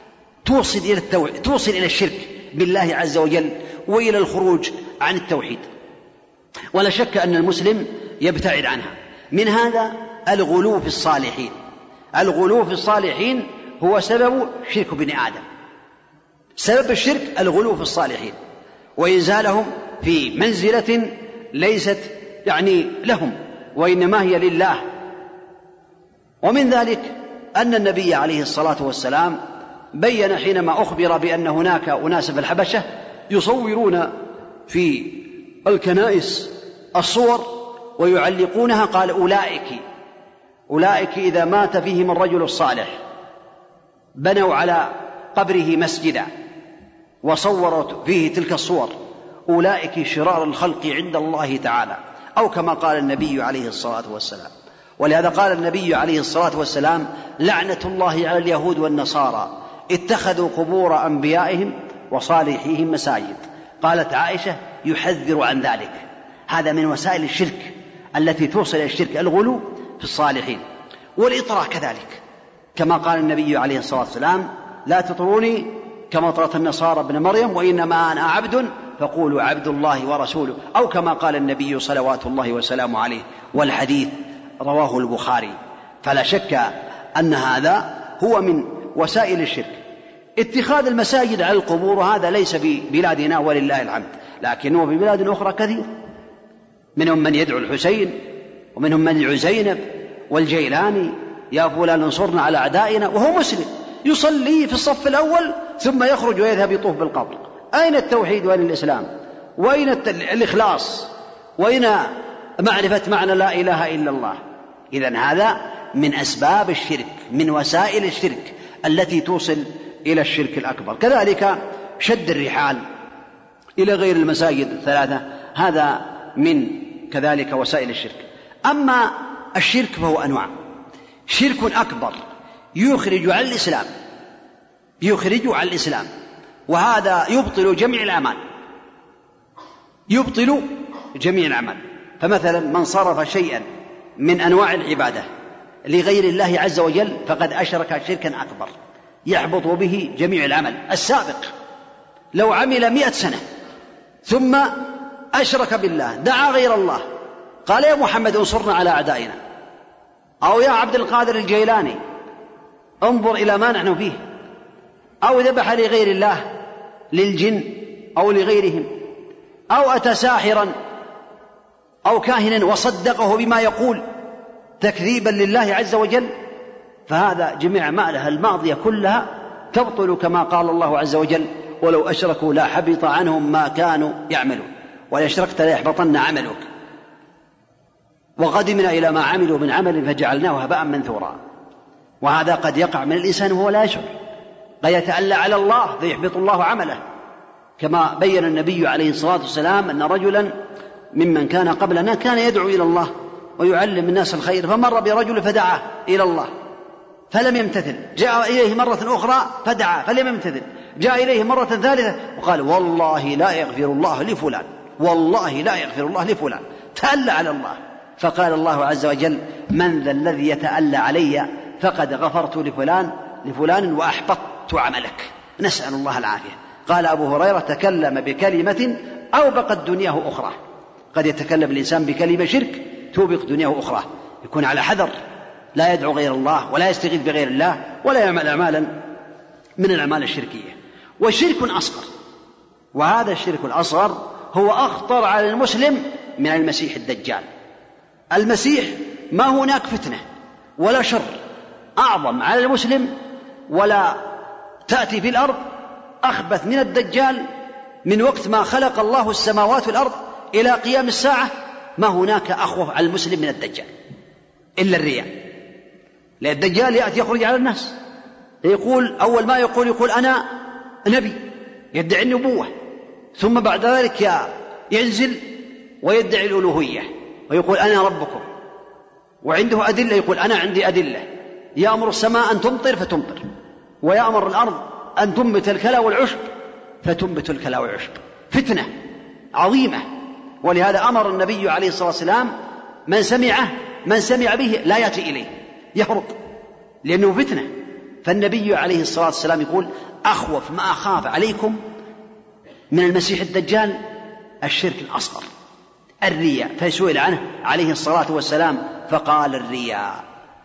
D: توصل إلى الشرك بالله عز وجل وإلى الخروج عن التوحيد، ولا شك أن المسلم يبتعد عنها. من هذا الغلو في الصالحين. الغلو في الصالحين هو سبب شرك بني آدم. سبب الشرك الغلو في الصالحين وإنزالهم في منزلة ليست لهم وإنما هي لله. ومن ذلك أن النبي عليه الصلاة والسلام بين حينما أخبر بأن هناك أناس في الحبشة يصورون في الكنائس الصور ويعلقونها، قال: أولئك إذا مات فيهم الرجل الصالح بنوا على قبره مسجدا وصوروا فيه تلك الصور، أولئك شرار الخلق عند الله تعالى، أو كما قال النبي عليه الصلاة والسلام. ولهذا قال النبي عليه الصلاة والسلام: لعنة الله على اليهود والنصارى اتخذوا قبور أنبيائهم وصالحيهم مساجد. قالت عائشة: يحذر عن ذلك. هذا من وسائل الشرك التي توصل إلى الشرك الغلو في الصالحين. والإطراء كذلك، كما قال النبي عليه الصلاة والسلام: لا تطروني كما طرت النصارى ابن مريم وإنما أنا عبد فقولوا عبد الله ورسوله، أو كما قال النبي صلوات الله وسلامه عليه، والحديث رواه البخاري. فلا شك أن هذا هو من وسائل الشرك. اتخاذ المساجد على القبور هذا ليس في بلادنا ولله الحمد، لكنه في بلاد أخرى كثير، منهم من يدعو الحسين ومنهم من يدعو زينب والجيلاني، يا فلان انصرنا على أعدائنا، وهو مسلم يصلي في الصف الأول ثم يخرج ويذهب يطوف بالقبر. أين التوحيد وأين الإسلام وأين الإخلاص وأين معرفة معنى لا إله إلا الله؟ إذن هذا من أسباب الشرك، من وسائل الشرك التي توصل إلى الشرك الأكبر. كذلك شد الرحال إلى غير المساجد الثلاثة، هذا من كذلك وسائل الشرك. أما الشرك فهو أنواع. شرك أكبر يخرج عن الإسلام، وهذا يبطل جميع الأعمال. فمثلا من صرف شيئا من أنواع العبادة لغير الله عز وجل فقد أشرك شركا أكبر يحبط به جميع العمل السابق. لو عمل 100 سنة ثم أشرك بالله، دعا غير الله، قال يا محمد انصرنا على أعدائنا، أو يا عبد القادر الجيلاني انظر إلى ما نحن فيه، أو ذبح لغير الله، للجن أو لغيرهم، أو أتى ساحرا أو كاهنا وصدقه بما يقول تكذيبا لله عز وجل، فهذا جميع أعمالها الماضية كلها تبطل كما قال الله عز وجل ولو أشركوا لا حبط عنهم ما كانوا يعملون، ولا أشركت لا يحبطن عملك، وقدمنا إلى ما عملوا من عمل فجعلناه هباء منثورا. وهذا قد يقع من الإنسان وهو لا يشعر، قد يتألى على الله فيحبط الله عمله، كما بين النبي عليه الصلاة والسلام أن رجلا ممن كان قبلنا كان يدعو إلى الله ويعلم الناس الخير، فمر برجل فدعا إلى الله فلم يمتثل، جاء إليه مرة أخرى فدعا فلم يمتثل، جاء إليه مرة ثالثة وقال والله لا يغفر الله لفلان، والله لا يغفر الله لفلان، تألى على الله. فقال الله عز وجل من ذا الذي يتألى علي فقد غفرت لفلان وأحبطت عملك، نسأل الله العافية. قال أبو هريرة تكلم بكلمة أوبقت دنياه أخرى. قد يتكلم الإنسان بكلمة شرك توبق دنياه أخرى، يكون على حذر، لا يدعو غير الله ولا يستغيث بغير الله ولا يعمل أعمالا من الأعمال الشركية. وشرك أصغر، وهذا الشرك الأصغر هو أخطر على المسلم من المسيح الدجال. المسيح ما هناك فتنة ولا شر أعظم على المسلم ولا تأتي في الأرض أخبث من الدجال. من وقت ما خلق الله السماوات والأرض إلى قيام الساعة ما هناك أخوف على المسلم من الدجال إلا الرياء. لأن الدجال يأتي يخرج على الناس، يقول أول ما يقول أنا نبي، يدعي النبوة، ثم بعد ذلك ينزل ويدعي الألوهية ويقول أنا ربكم، وعنده أدلة، يقول أنا عندي أدلة، يأمر السماء أن تمطر فتمطر، ويأمر الأرض أن تنبت الكلى والعشب فتنبت الكلى والعشب. فتنة عظيمة. ولهذا أمر النبي عليه الصلاة والسلام من سمع به لا يأتي إليه، يهرب، لأنه فتنة. فالنبي عليه الصلاة والسلام يقول أخوف ما أخاف عليكم من المسيح الدجال الشرك الأصغر، الرياء. فسئل عنه عليه الصلاة والسلام فقال الرياء.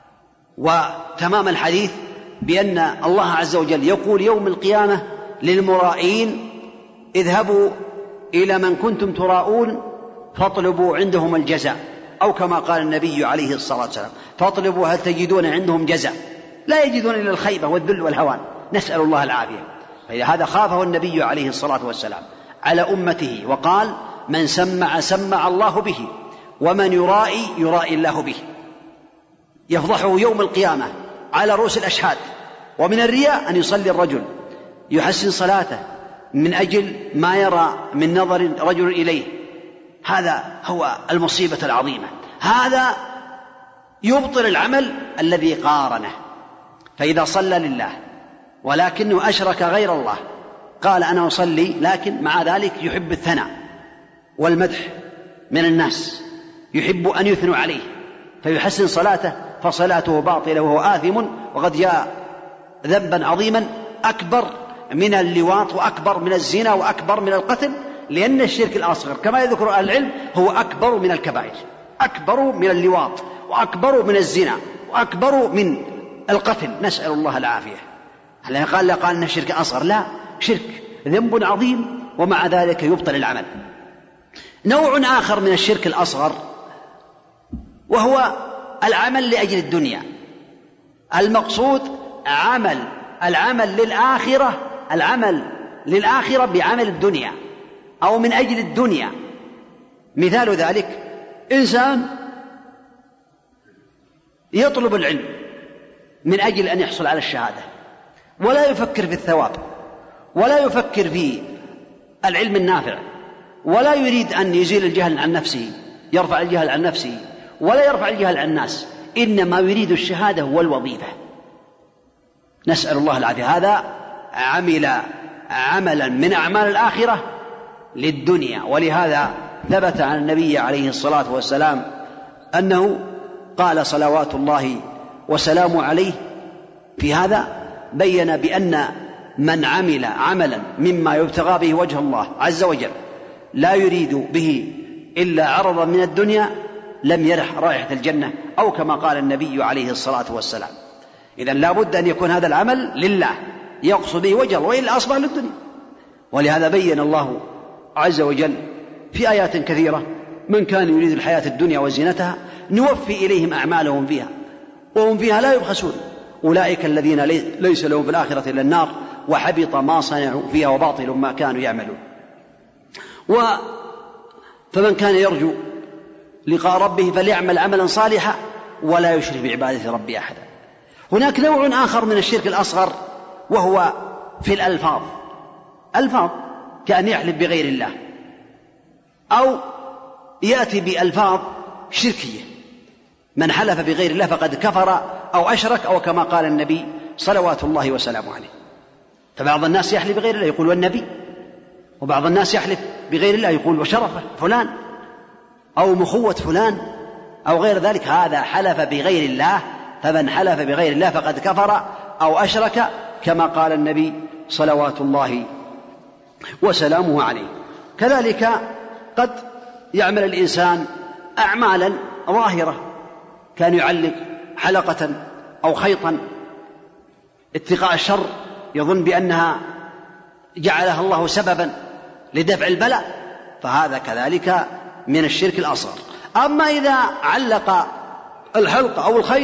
D: وتمام الحديث بأن الله عز وجل يقول يوم القيامة للمرائين اذهبوا إلى من كنتم تراءون فاطلبوا عندهم الجزاء، أو كما قال النبي عليه الصلاة والسلام فاطلبوا هل تجدون عندهم جزاء، لا يجدون إلا الخيبة والذل والهوان، نسأل الله العافية. فإذا هذا خافه النبي عليه الصلاة والسلام على أمته، وقال من سمع الله به، ومن يرائي الله به، يفضحه يوم القيامة على رؤوس الأشهاد. ومن الرياء أن يصلي الرجل يحسن صلاته من أجل ما يرى من نظر رجل إليه، هذا هو المصيبة العظيمة. هذا يبطل العمل الذي قارنه. فإذا صلى لله ولكنه أشرك غير الله، قال أنا أصلي، لكن مع ذلك يحب الثناء والمدح من الناس، يحب أن يثنوا عليه فيحسن صلاته، فصلاته باطلة وهو آثم، وقد جاء ذنبا عظيما أكبر من اللواط وأكبر من الزنا وأكبر من القتل، لأن الشرك الأصغر كما يذكر أهل العلم هو أكبر من الكبائر، أكبر من اللواط وأكبر من الزنا وأكبر من القتل، نسأل الله العافية. هل قال أن الشرك أصغر؟ لا، شرك ذنب عظيم ومع ذلك يبطل العمل. نوع آخر من الشرك الأصغر وهو العمل لأجل الدنيا، المقصود العمل للآخرة بعمل الدنيا أو من أجل الدنيا. مثال ذلك إنسان يطلب العلم من أجل أن يحصل على الشهادة ولا يفكر في الثواب ولا يفكر في العلم النافع ولا يريد أن يزيل الجهل عن نفسه، يرفع الجهل عن نفسه ولا يرفع الجهل عن الناس، إنما يريد الشهادة والوظيفة، نسأل الله العافية. هذا عمل عملا من أعمال الآخرة للدنيا. ولهذا ثبت عن النبي عليه الصلاة والسلام أنه قال صلوات الله وسلامه عليه في هذا، بين بأن من عمل عملا مما يبتغى به وجه الله عز وجل لا يريد به إلا عرضا من الدنيا لم يرح رائحة الجنة، أو كما قال النبي عليه الصلاة والسلام. إذن لا بد أن يكون هذا العمل لله يقصد به وجه الله، وإلا أصبح للدنيا. ولهذا بين الله عز وجل في آيات كثيرة من كان يريد الحياة الدنيا وزينتها نوفي إليهم أعمالهم فيها وهم فيها لا يبخسون، أولئك الذين ليس لهم في الآخرة إلا النار وحبط ما صنعوا فيها وباطل ما كانوا يعملون. فمن كان يرجو لقاء ربه فليعمل عملا صالحا ولا يشرك بعبادة ربه أحدا. هناك نوع آخر من الشرك الأصغر وهو في الألفاظ، كأن يحلف بغير الله أو يأتي بألفاظ شركية، من حلف بغير الله فقد كفر أو أشرك، أو كما قال النبي صلوات الله وسلامه عليه. فبعض الناس يحلف بغير الله يقول والنبي، وبعض الناس يحلف بغير الله يقول وشرف فلان أو مخوة فلان أو غير ذلك، هذا حلف بغير الله، فمن حلف بغير الله فقد كفر أو أشرك كما قال النبي صلوات الله وسلامه عليه. كذلك قد يعمل الإنسان أعمالا ظاهرة، كان يعلق حلقة أو خيطا اتقاء الشر يظن بأنها جعلها الله سببا لدفع البلاء، فهذا كذلك من الشرك الأصغر. أما إذا علق الحلقة أو الخيط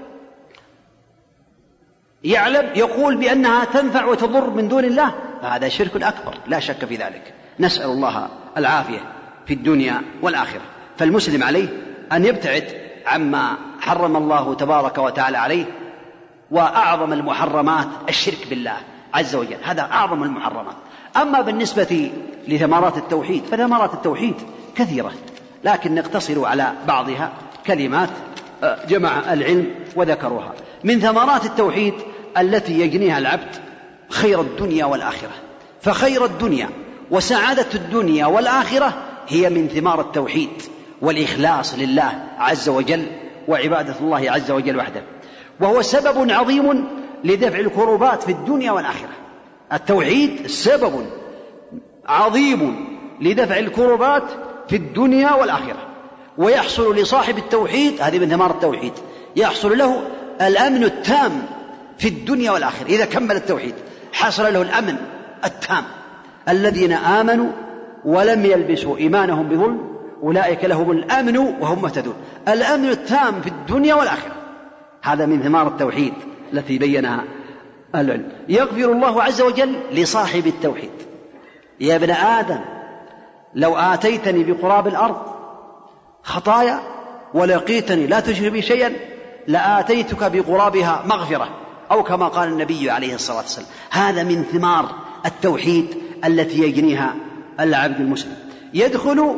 D: يعلم يقول بأنها تنفع وتضر من دون الله، فهذا شرك أكبر لا شك في ذلك، نسأل الله العافية في الدنيا والآخرة. فالمسلم عليه أن يبتعد عما حرم الله تبارك وتعالى عليه، وأعظم المحرمات الشرك بالله عز وجل، هذا أعظم المحرمات. أما بالنسبة لثمرات التوحيد فثمرات التوحيد كثيرة، لكن نقتصر على بعضها كلمات جمع العلم وذكروها. من ثمرات التوحيد التي يجنيها العبد خير الدنيا والآخرة، فخير الدنيا وسعادة الدنيا والآخرة هي من ثمار التوحيد والإخلاص لله عز وجل وعبادة الله عز وجل وحده، وهو سبب عظيم لدفع الكروبات في الدنيا والآخرة. التوحيد سبب عظيم لدفع الكروبات في الدنيا والآخرة، ويحصل لصاحب التوحيد، هذه من ثمار التوحيد، يحصل له الأمن التام في الدنيا والآخرة. إذا كمل التوحيد حصل له الأمن التام. الذين آمنوا ولم يلبسوا إيمانهم بظلم أولئك لهم الأمن وهم مهتدون، الأمن التام في الدنيا والآخرة، هذا من ثمار التوحيد التي بينها العلم. يغفر الله عز وجل لصاحب التوحيد: يا ابن آدم لو آتيتني بقراب الأرض خطايا ولقيتني لا تشرك بي شيئا لآتيتك بقرابها مغفرة، أو كما قال النبي عليه الصلاة والسلام. هذا من ثمار التوحيد التي يجنيها العبد المسلم. يدخل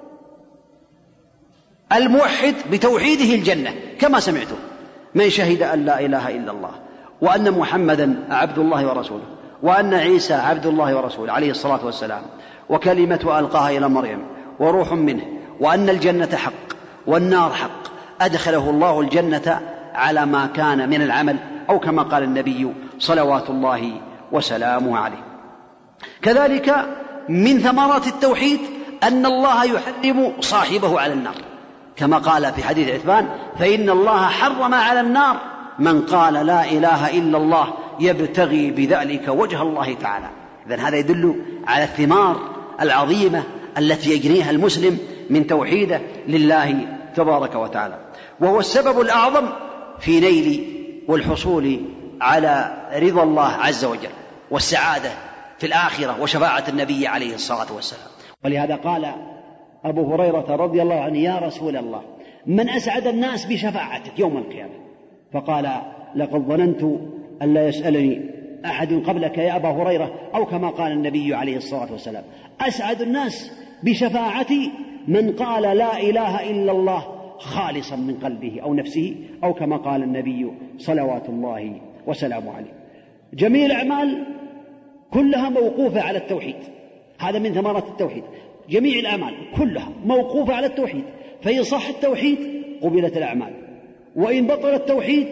D: الموحد بتوحيده الجنة كما سمعتم: من شهد أن لا إله إلا الله وأن محمدا عبد الله ورسوله وأن عيسى عبد الله ورسوله عليه الصلاة والسلام وكلمة ألقاها إلى مريم وروح منه وأن الجنة حق والنار حق، أدخله الله الجنة على ما كان من العمل، أو كما قال النبي صلوات الله وسلامه عليه. كذلك من ثمرات التوحيد أن الله يحرم صاحبه على النار، كما قال في حديث عثمان: فإن الله حرم على النار من قال لا إله إلا الله يبتغي بذلك وجه الله تعالى. إذن هذا يدل على الثمار العظيمة التي يجنيها المسلم من توحيده لله تبارك وتعالى، وهو السبب الأعظم في نيل والحصول على رضا الله عز وجل والسعادة في الآخرة وشفاعة النبي عليه الصلاة والسلام. ولهذا قال أبو هريرة رضي الله عنه: يا رسول الله، من أسعد الناس بشفاعتك يوم القيامة؟ فقال: لقد ظننت أن لا يسألني أحد قبلك يا أبا هريرة، أو كما قال النبي عليه الصلاة والسلام: أسعد الناس بشفاعتي من قال لا إله إلا الله خالصا من قلبه أو نفسه، أو كما قال النبي صلوات الله وسلامه عليه. جميع الأعمال كلها موقوفة على التوحيد، هذا من ثمرات التوحيد. جميع الأعمال كلها موقوفة على التوحيد، فإن صح التوحيد قبلت الأعمال، وإن بطل التوحيد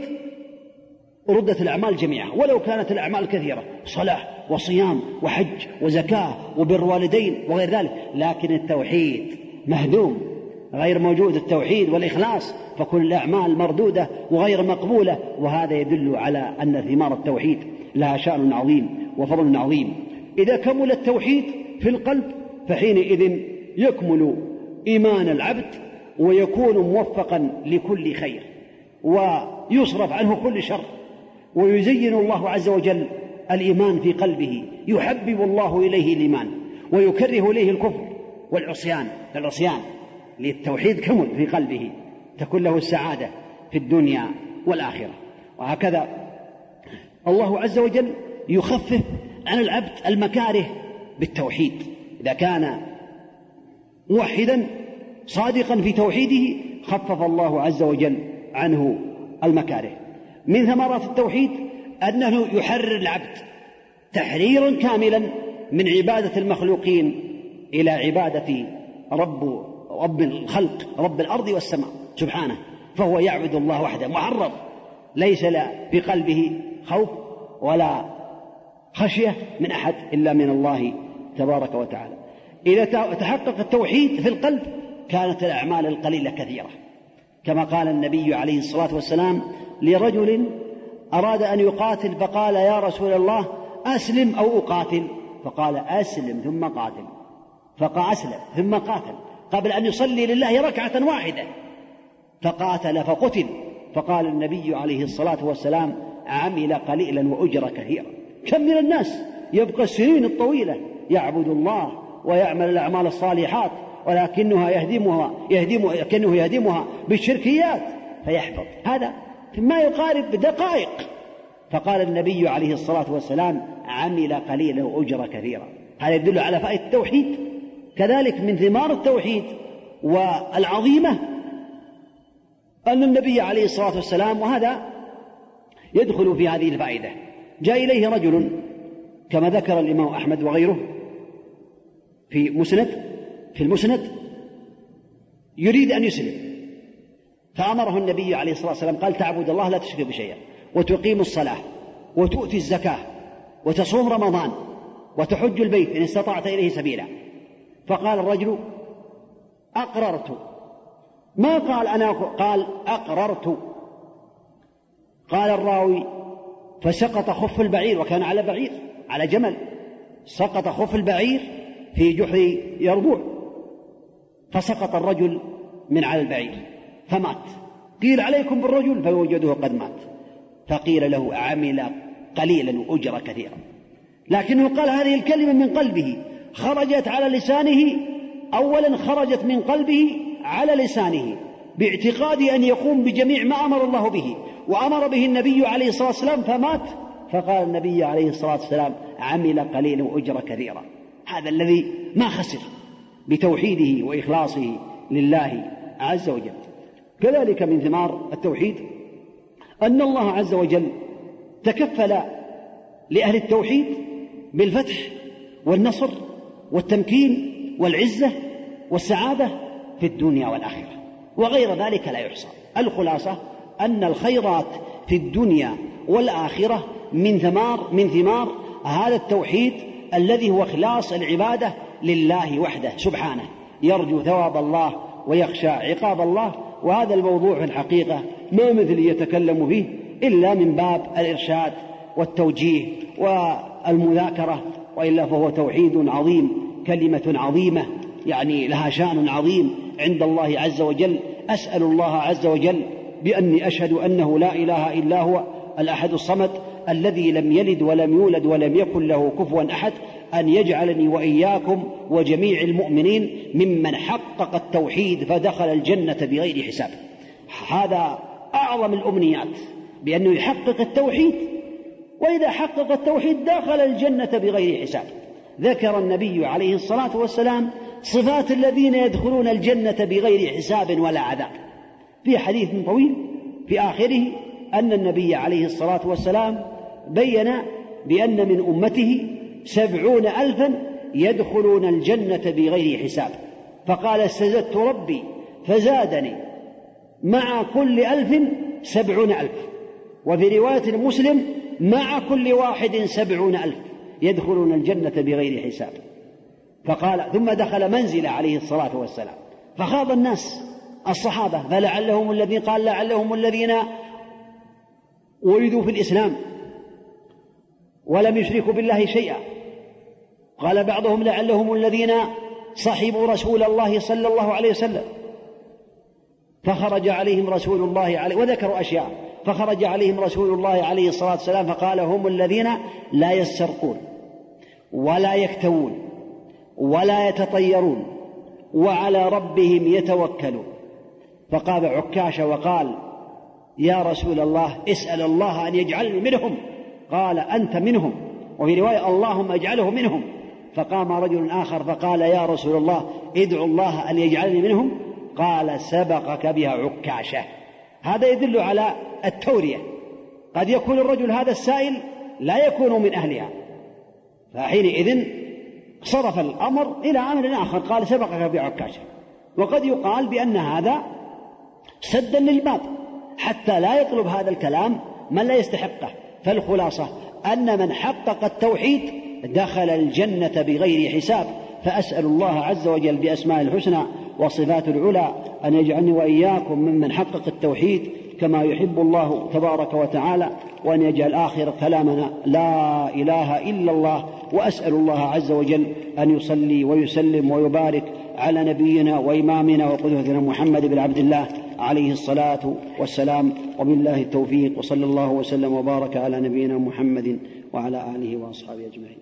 D: ردت الأعمال جميعها، ولو كانت الأعمال كثيرة: صلاة وصيام وحج وزكاة وبر والدين وغير ذلك، لكن التوحيد مهدوم، غير موجود التوحيد والإخلاص، فكل الأعمال مردودة وغير مقبولة. وهذا يدل على أن ثمار التوحيد لها شأن عظيم وفضل عظيم. إذا كمل التوحيد في القلب فحينئذ يكمل إيمان العبد ويكون موفقا لكل خير، ويصرف عنه كل شر، ويزين الله عز وجل الإيمان في قلبه، يحبب الله إليه الإيمان ويكره إليه الكفر والعصيان للتوحيد كمل في قلبه، تكون له السعادة في الدنيا والآخرة. وهكذا الله عز وجل يخفف عن العبد المكاره بالتوحيد، إذا كان موحدا صادقا في توحيده خفف الله عز وجل عنه المكاره. من ثمرات التوحيد أنه يحرر العبد تحريرا كاملا من عبادة المخلوقين إلى عبادة رب الخلق، رب الأرض والسماء سبحانه، فهو يعبد الله وحده محرر، ليس في قلبه خوف ولا خشية من أحد إلا من الله تبارك وتعالى. إذا تحقق التوحيد في القلب كانت الأعمال القليلة كثيرة، كما قال النبي عليه الصلاة والسلام لرجل أراد أن يقاتل فقال: يا رسول الله أسلم أو أقاتل؟ فقال: أسلم ثم قاتل. فقال: أسلم ثم قاتل قبل أن يصلي لله ركعة واحدة، فقاتل فقتل. فقال النبي عليه الصلاة والسلام: عمل قليلا وأجر كثيرا. كم من الناس يبقى السنين الطويلة يعبد الله ويعمل الأعمال الصالحات، ولكنه يهدمها بالشركيات فيحبط، هذا ما يقارب دقائق. فقال النبي عليه الصلاة والسلام: عمل قليلا وأجر كثيرا. هذا يدل على فائدة التوحيد. كذلك من ثمار التوحيد والعظيمة أن النبي عليه الصلاة والسلام، وهذا يدخل في هذه الفائدة، جاء إليه رجل كما ذكر الإمام أحمد وغيره في المسند يريد أن يسلم، فأمره النبي عليه الصلاة والسلام قال: تعبد الله لا تشرك بشيء، وتقيم الصلاة، وتؤتي الزكاة، وتصوم رمضان، وتحج البيت إن استطعت إليه سبيلا. فقال الرجل: أقررت. ما قال أنا، قال أقررت. قال الراوي: فسقط خف البعير، وكان على بعير، على جمل، سقط خف البعير في جحر يربوع، فسقط الرجل من على البعير فمات. قيل: عليكم بالرجل، فوجدوه قد مات. فقيل له: عمل قليلا وأجر كثيرا. لكنه قال هذه الكلمة من قلبه، خرجت على لسانه، أولا خرجت من قلبه على لسانه باعتقاد أن يقوم بجميع ما أمر الله به وأمر به النبي عليه الصلاة والسلام، فمات. فقال النبي عليه الصلاة والسلام: عمل قليلا وأجر كثيرا. هذا الذي ما خسر بتوحيده وإخلاصه لله عز وجل. كذلك من ثمار التوحيد أن الله عز وجل تكفل لأهل التوحيد بالفتح والنصر والتمكين والعزة والسعادة في الدنيا والآخرة، وغير ذلك لا يحصى. الخلاصة أن الخيرات في الدنيا والآخرة من ثمار هذا التوحيد الذي هو إخلاص العبادة لله وحده سبحانه، يرجو ثواب الله ويخشى عقاب الله. وهذا الموضوع في الحقيقة ما مثل يتكلم فيه إلا من باب الإرشاد والتوجيه والمذاكرة، وإلا فهو توحيد عظيم، كلمة عظيمة يعني لها شأن عظيم عند الله عز وجل. أسأل الله عز وجل بأني أشهد أنه لا إله إلا هو الأحد الصمد الذي لم يلد ولم يولد ولم يكن له كفوا أحد، أن يجعلني وإياكم وجميع المؤمنين ممن حقق التوحيد فدخل الجنة بغير حساب. هذا أعظم الأمنيات، بأنه يحقق التوحيد، وإذا حقق التوحيد دخل الجنة بغير حساب. ذكر النبي عليه الصلاة والسلام صفات الذين يدخلون الجنة بغير حساب ولا عذاب في حديث طويل، في آخره أن النبي عليه الصلاة والسلام بين بأن من أمته 70,000 يدخلون الجنة بغير حساب، فقال استزدت ربي فزادني مع كل 1,000 70,000، وفي رواية مسلم مع كل واحد 70,000 يدخلون الجنة بغير حساب. فقال ثم دخل منزله عليه الصلاة والسلام، فخاض الناس الصحابة، فلعلهم الذين قال لعلهم الذين ولدوا في الإسلام ولم يشركوا بالله شيئا، قال بعضهم لعلهم الذين صحبوا رسول الله صلى الله عليه وسلم فخرج عليهم رسول الله عليه، وذكروا أشياء، فخرج عليهم رسول الله عليه الصلاة والسلام فقال هم الذين لا يسترقون ولا يكتوون ولا يتطيرون وعلى ربهم يتوكلون. فقام عكاشة وقال يا رسول الله اسأل الله أن يجعلني منهم، قال أنت منهم، وفي رواية اللهم اجعله منهم. فقام رجل آخر فقال يا رسول الله ادعو الله أن يجعلني منهم، قال سبقك بها عكاشة. هذا يدل على التورية، قد يكون الرجل هذا السائل لا يكون من أهلها، فحينئذ صرف الأمر إلى أمر آخر، قال سبقك بها عكاشة. وقد يقال بأن هذا سدا للباب حتى لا يطلب هذا الكلام من لا يستحقه. فالخلاصة أن من حقق التوحيد دخل الجنة بغير حساب. فأسأل الله عز وجل بأسماء الحسنى وصفات العلى أن يجعلني وإياكم ممن حقق التوحيد كما يحب الله تبارك وتعالى، وأن يجعل آخر كلامنا لا إله إلا الله. وأسأل الله عز وجل أن يصلي ويسلم ويبارك على نبينا وإمامنا وقدوتنا محمد بن عبد الله عليه الصلاة والسلام، وبالله التوفيق، وصلى الله وسلم وبارك على نبينا محمد وعلى آله وأصحابه أجمعين.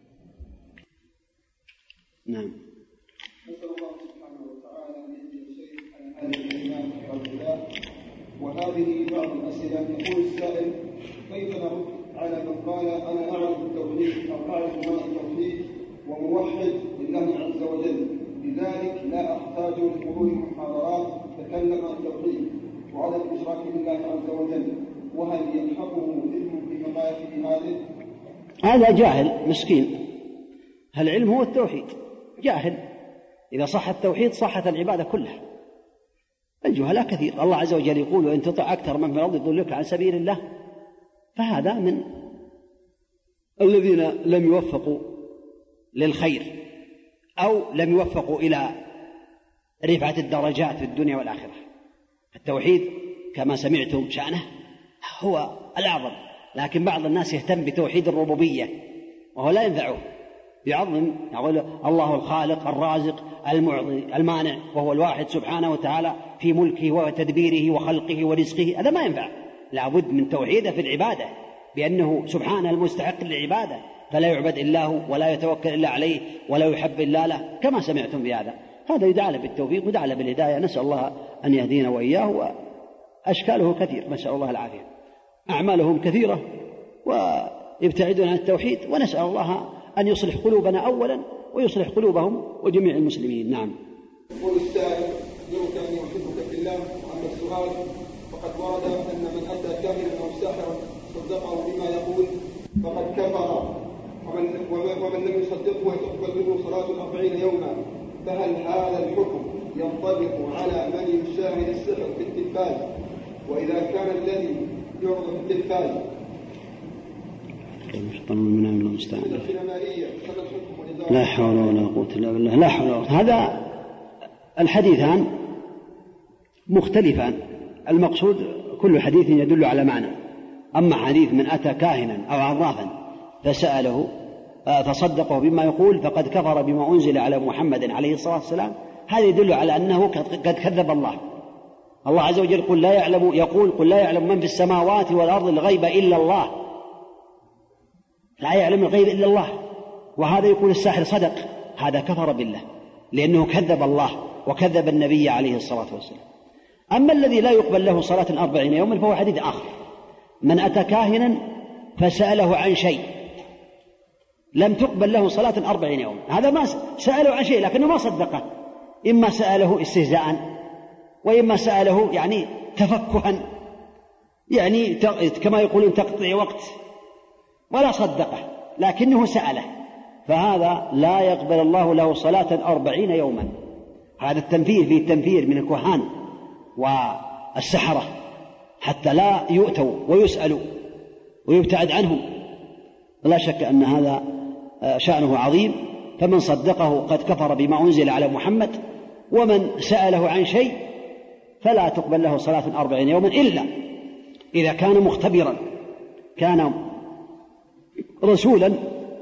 D: نعم.
E: نسأل الله سبحانه وتعالى أن يهدي الشيخ عن هذه الكلمات والهدى. وهذه بعض الأسئلة. يقول السائل كيف نرد على من قال أنا أعرف التوحيد أو أعرف معنى التوحيد وموحد لله عز وجل، لذلك لا أحتاج لحضور محاضرات تتكلم عن التوحيد وعدم الإشراك بالله عز وجل، وهل يلحقه علم في مقالته هذه؟
D: هذا جاهل مسكين. العلم هو التوحيد، جاهل. إذا صح التوحيد صحت العبادة كلها. الجهلاء كثير، الله عز وجل يقول وإن تطع أكثر من في الأرض يضلوك عن سبيل الله. فهذا من الذين لم يوفقوا للخير أو لم يوفقوا إلى رفعة الدرجات في الدنيا والآخرة. التوحيد كما سمعتم شأنه هو الأعظم، لكن بعض الناس يهتم بتوحيد الربوبية وهو لا ينفعه، يعظم يقول الله الخالق الرازق المعطي المانع، وهو الواحد سبحانه وتعالى في ملكه وتدبيره وخلقه ورزقه. هذا ما ينفع، لابد من توحيده في العبادة بأنه سبحانه المستحق للعبادة، فلا يعبد إلا هو ولا يتوكل إلا عليه ولا يحب إلا له، كما سمعتم بهذا. هذا يدعى له بالتوفيق ودعى له بالهداية. نسأل الله أن يهدينا وإياه. وأشكاله كثير، نسأل الله العافية. أعمالهم كثيرة ويبتعدون عن التوحيد، ونسأل الله أن يصلح قلوبنا أولا ويصلح قلوبهم وجميع المسلمين. نعم.
E: يقول السائل يرجى أن يحبك في الله. وعند السؤال فقد ورد أن من أتى كاهنا أو ساحرا صدقه بما يقول فقد كفر، ومن لم يصدقه يتقبل منه صلاة 40 يوما. فهل هذا الحكم ينطبق على من يشاهد السحر في التلفاز؟ وإذا كان الذي يعرض في التلفاز
F: لا حول ولا قوة إلا بالله. لا حول ولا قوة. هذا الحديثان مختلفان، المقصود كل حديث يدل على معنى. أما حديث من أتى كاهنا أو عرافا فسأله فصدقه بما يقول فقد كفر بما أنزل على محمد عليه الصلاة والسلام، هذا يدل على أنه قد كذب الله. الله عز وجل قل لا يعلم من في السماوات والأرض الغيب إلا الله، لا يعلم الغيب إلا الله. وهذا يقول الساحر صدق، هذا كفر بالله لأنه كذب الله وكذب النبي عليه الصلاة والسلام. أما الذي لا يقبل له صلاة 40 يوما فهو حديث آخر. من أتى كاهنا فسأله عن شيء لم تقبل له صلاة 40 يوما، هذا ما سأله عن شيء لكنه ما صدقه، إما سأله استهزاء وإما سأله يعني تفكها، يعني كما يقولون تقطيع وقت، ولا صدقه لكنه سأله، فهذا لا يقبل الله له صلاة 40 يوما. هذا التنفير فيه التنفير من الكهان والسحرة حتى لا يؤتوا ويسألوا ويبتعد عنهم. لا شك أن هذا شأنه عظيم، فمن صدقه قد كفر بما أنزل على محمد، ومن سأله عن شيء فلا تقبل له صلاة 40 يوما إلا إذا كان مختبرا، كان رسولا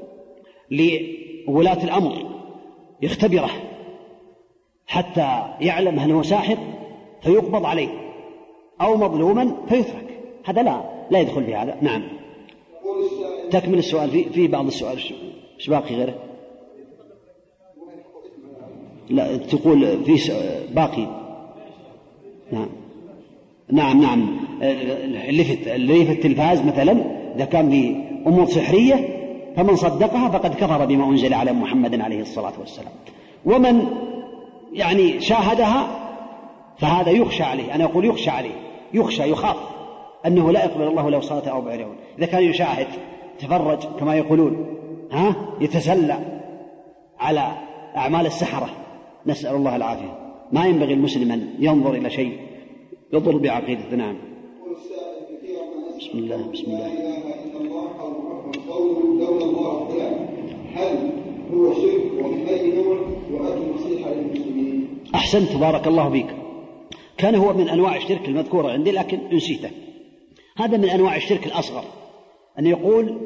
F: لولاة الأمر يختبره حتى يعلم هل هو ساحر فيقبض عليه أو مظلوما فيترك، هذا لا يدخل في هذا. نعم. تكمل السؤال في بعض السؤال، ايش باقي غيره؟ لا تقول في باقي. نعم اللي في التلفاز مثلا إذا كان في أمور سحرية فمن صدقها فقد كفر بما أنزل على محمد عليه الصلاة والسلام. ومن يعني شاهدها فهذا يخشى عليه، أنا أقول يخشى عليه، يخاف أنه لا يقبل الله له صلاة 40 يوم. إذا كان يشاهد تفرج كما يقولون يتسلى على أعمال السحرة، نسأل الله العافية. ما ينبغي المسلم أن ينظر إلى شيء يضر بعقيدته. نعم. بسم الله.
E: هل هو شرك ومن أي نوع وأجل نصيحة للمسلمين؟
F: أحسنت، بارك الله فيك. كان هو من أنواع الشرك المذكورة عندي لكن نسيته. هذا من أنواع الشرك الأصغر، أن يقول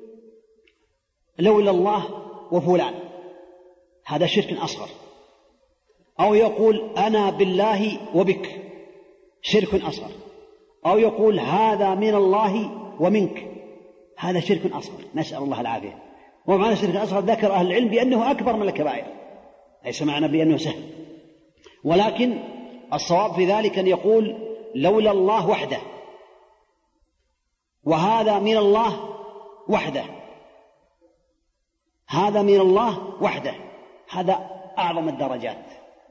F: لولا الله وفلان، هذا شرك أصغر. أو يقول أنا بالله وبك، شرك أصغر. أو يقول هذا من الله ومنك، هذا شرك أصغر، نسأل الله العافية. ومعنى الشرك الأصغر ذكر أهل العلم بأنه أكبر من الكبائر، ليس معنى بأنه سهل، ولكن الصواب في ذلك أن يقول لولا الله وحده، وهذا من الله وحده، هذا من الله وحده، هذا أعظم الدرجات.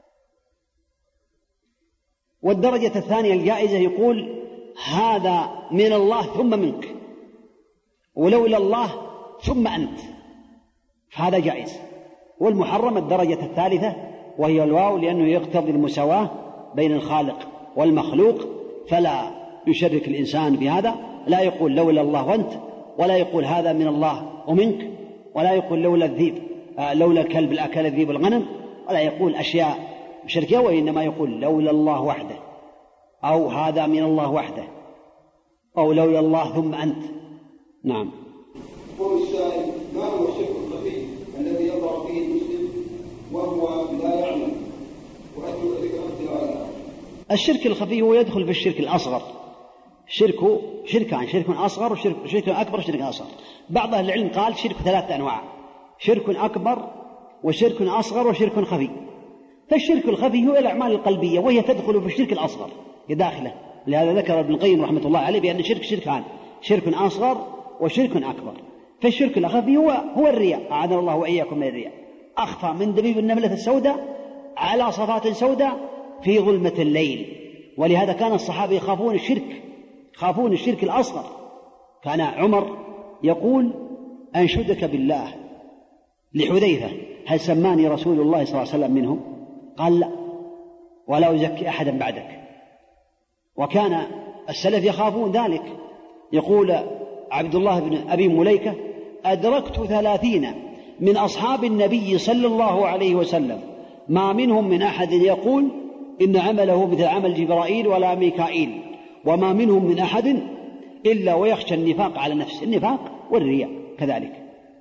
F: والدرجة الثانية الجائزة يقول هذا من الله ثم منك، ولولا الله ثم أنت، فهذا جائز. والمحرم الدرجة الثالثة وهي الواو، لأنه يقتضي المساواة بين الخالق والمخلوق، فلا يشرك الإنسان بهذا، لا يقول لولا الله وأنت، ولا يقول هذا من الله ومنك، ولا يقول لولا الذيب لولا الكلب الأكل الذيب الغنم، ولا يقول أشياء شركية، وإنما يقول لولا الله وحده، أو هذا من الله وحده، أو لولا الله ثم أنت. نعم.
E: يقول السائل ما هو الشرك الخفي الذي يقع فيه المسلم وهو لا يعلم وأجل ذلك أمثلة؟
F: الشرك الخفي هو يدخل في الشرك الأصغر. شركان، شرك أصغر وشرك أكبر وشرك أصغر. بعض أهل العلم قال شرك 3 أنواع، شرك أكبر وشرك أصغر وشرك خفي. فالشرك الخفي هو الأعمال القلبية، وهي تدخل في الشرك الأصغر داخله. لهذا ذكر ابن القيم رحمة الله عليه بأن الشرك شركان، شرك أصغر وشرك أكبر. فالشرك الخفي هو الرياء، أعاذنا الله وإياكم من الرياء، أخفى من دبيب النملة السوداء على صفات سوداء في ظلمة الليل. ولهذا كان الصحابة يخافون الشرك الأصغر. كان عمر يقول أنشدك بالله لحذيفة هل سماني رسول الله صلى الله عليه وسلم منهم؟ قال لا، ولا أزكي أحدا بعدك. وكان السلف يخافون ذلك، يقول عبد الله بن أبي مليكة: أدركت 30 من أصحاب النبي صلى الله عليه وسلم ما منهم من أحد يقول إن عمله مثل عمل جبرائيل ولا ميكائيل، وما منهم من أحد إلا ويخشى النفاق على نفسه، النفاق والرياء كذلك.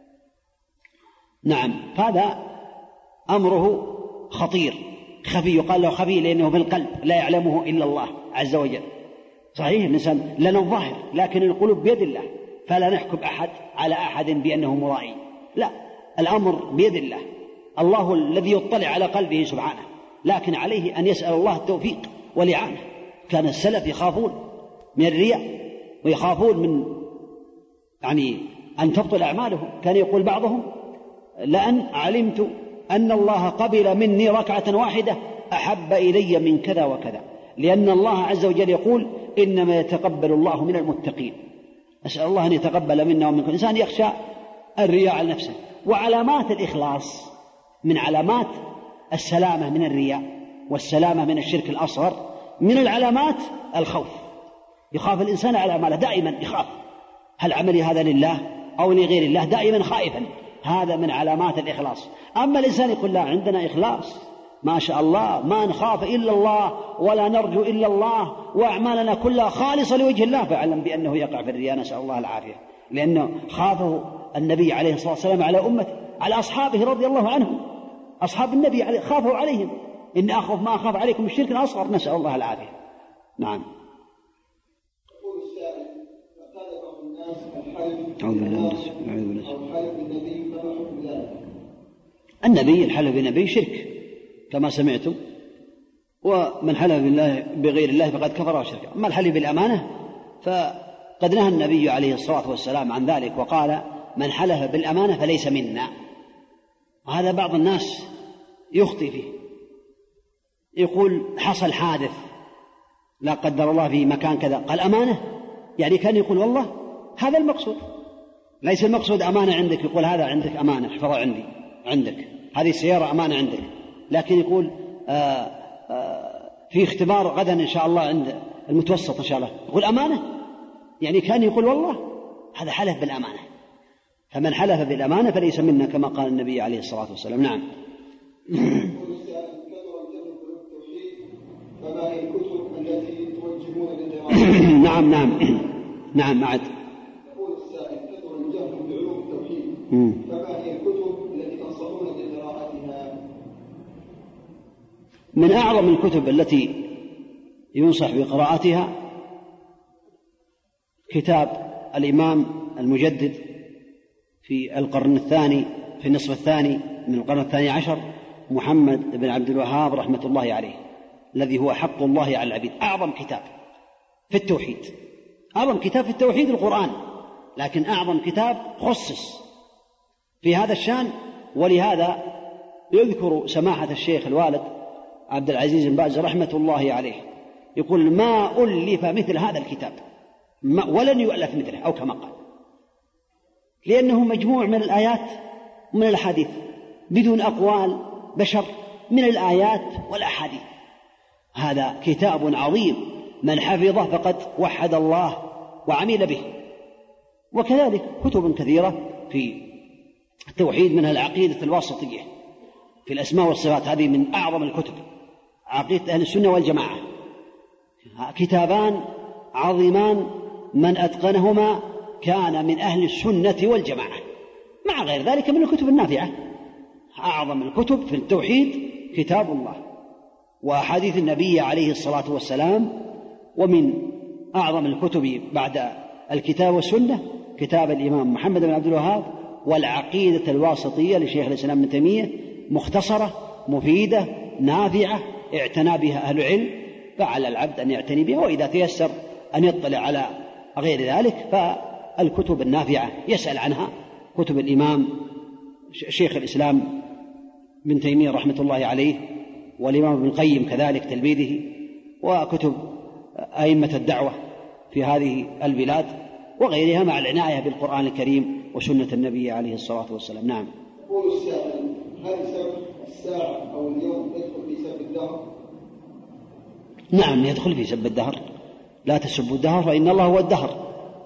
F: نعم، هذا أمره خطير خفي، يقال له خفي لأنه بالقلب لا يعلمه إلا الله عز وجل. صحيح الإنسان لنا الظاهر، لكن القلوب بيد الله، فلا نحكم أحد على أحد بأنه مرائي، لا، الأمر بيد الله، الله الذي يطلع على قلبه سبحانه، لكن عليه أن يسأل الله التوفيق والإعانة. كان السلف يخافون من الرياء ويخافون من أن تبطل أعمالهم. كان يقول بعضهم: لأن علمت أن الله قبل مني ركعة واحدة أحب إلي من كذا وكذا، لأن الله عز وجل يقول: إنما يتقبل الله من المتقين. أسأل الله أن يتقبل منا ومنكم. الإنسان يخشى الرياء على نفسه. وعلامات الإخلاص من علامات السلامة من الرياء والسلامة من الشرك الأصغر، من العلامات الخوف. يخاف الإنسان على أعماله، دائما يخاف: هل عملي هذا لله أو لغير الله؟ دائما خائفا. هذا من علامات الإخلاص. أما الإنسان يقول: لا، عندنا إخلاص ما شاء الله، ما نخاف إلا الله ولا نرجو إلا الله، وأعمالنا كلها خالصة لوجه الله، فاعلم بأنه يقع في الرياء، نسأل الله العافية. لأنه خافه النبي عليه الصلاة والسلام على أمته، على أصحابه رضي الله عنهم، أصحاب النبي خافوا عليهم: إن أخاف ما أخاف عليكم الشرك الأصغر، نسأل الله العافية. نعم.
E: يقول السائل: فقال بعض الناس الحلف بالنبي، فما حكم ذلك؟
F: النبي، الحلف بالنبي شرك كما سمعتم، ومن حلف بالله بغير الله فقد كفر وشرك. أما الحلف بالأمانة فقد نهى النبي عليه الصلاة والسلام عن ذلك، وقال: من حلف بالأمانة فليس منا. وهذا بعض الناس يخطئ فيه، يقول: حصل حادث لا قدر الله في مكان كذا، قال أمانة، يعني كان يقول والله هذا المقصود، ليس المقصود أمانة عندك، يقول هذا عندك أمانة احفظها عندك، هذه السيارة أمانة عندك، لكن يقول في اختبار غدا إن شاء الله عند المتوسط إن شاء الله، يقول أمانة، يعني كان يقول والله. هذا حلف بالأمانة. فمن حلف بالأمانة فليس منا كما قال النبي عليه الصلاة والسلام. نعم.
E: فما هي الكتب التي توجهون للقراءة؟
F: نعم معد.
E: يقول السائل: كثر الجهل بعلوم التوحيد، فما هي الكتب التي تنصحون بقراءتها؟
F: من أعظم الكتب التي ينصح بقراءتها كتاب الإمام المجدد في القرن الثاني، في النصف الثاني من القرن الثاني عشر، محمد بن عبد الوهاب رحمة الله عليه، الذي هو حق الله على العبيد. أعظم كتاب في التوحيد، أعظم كتاب في التوحيد القرآن، لكن أعظم كتاب خصص في هذا الشان. ولهذا يذكر سماحة الشيخ الوالد عبد العزيز بن باز رحمة الله عليه يقول: ما ألف مثل هذا الكتاب، ولن يؤلف مثله، أو كما قال، لأنه مجموع من الآيات ومن الأحاديث بدون أقوال بشر، من الآيات والأحاديث. هذا كتاب عظيم، من حفظه فقد وحد الله وعمل به. وكذلك كتب كثيرة في التوحيد، منها العقيدة الواسطية في الأسماء والصفات، هذه من أعظم الكتب، عقيدة أهل السنة والجماعة. كتابان عظيمان من أتقنهما كان من أهل السنة والجماعة، مع غير ذلك من الكتب النافعة. أعظم الكتب في التوحيد كتاب الله وأحاديث النبي عليه الصلاة والسلام. ومن أعظم الكتب بعد الكتاب والسنة كتاب الإمام محمد بن عبد الوهاب والعقيدة الواسطية لشيخ الإسلام ابن تيمية، مختصرة مفيدة نافعة اعتنى بها أهل العلم، فعلى العبد أن يعتني بها، وإذا تيسر أن يطلع على غير ذلك فالكتب النافعة يسأل عنها، كتب الإمام شيخ الإسلام ابن تيمية رحمة الله عليه، والإمام ابن القيم كذلك تلميذه، وكتب أئمة الدعوة في هذه البلاد وغيرها، مع العناية بالقرآن الكريم وسنة النبي عليه الصلاة والسلام. نعم.
E: يقول السائل: هل سب الساعة أو اليوم يدخل في سب الدهر؟
F: نعم، يدخل في سب الدهر. لا تسبوا الدهر فإن الله هو الدهر،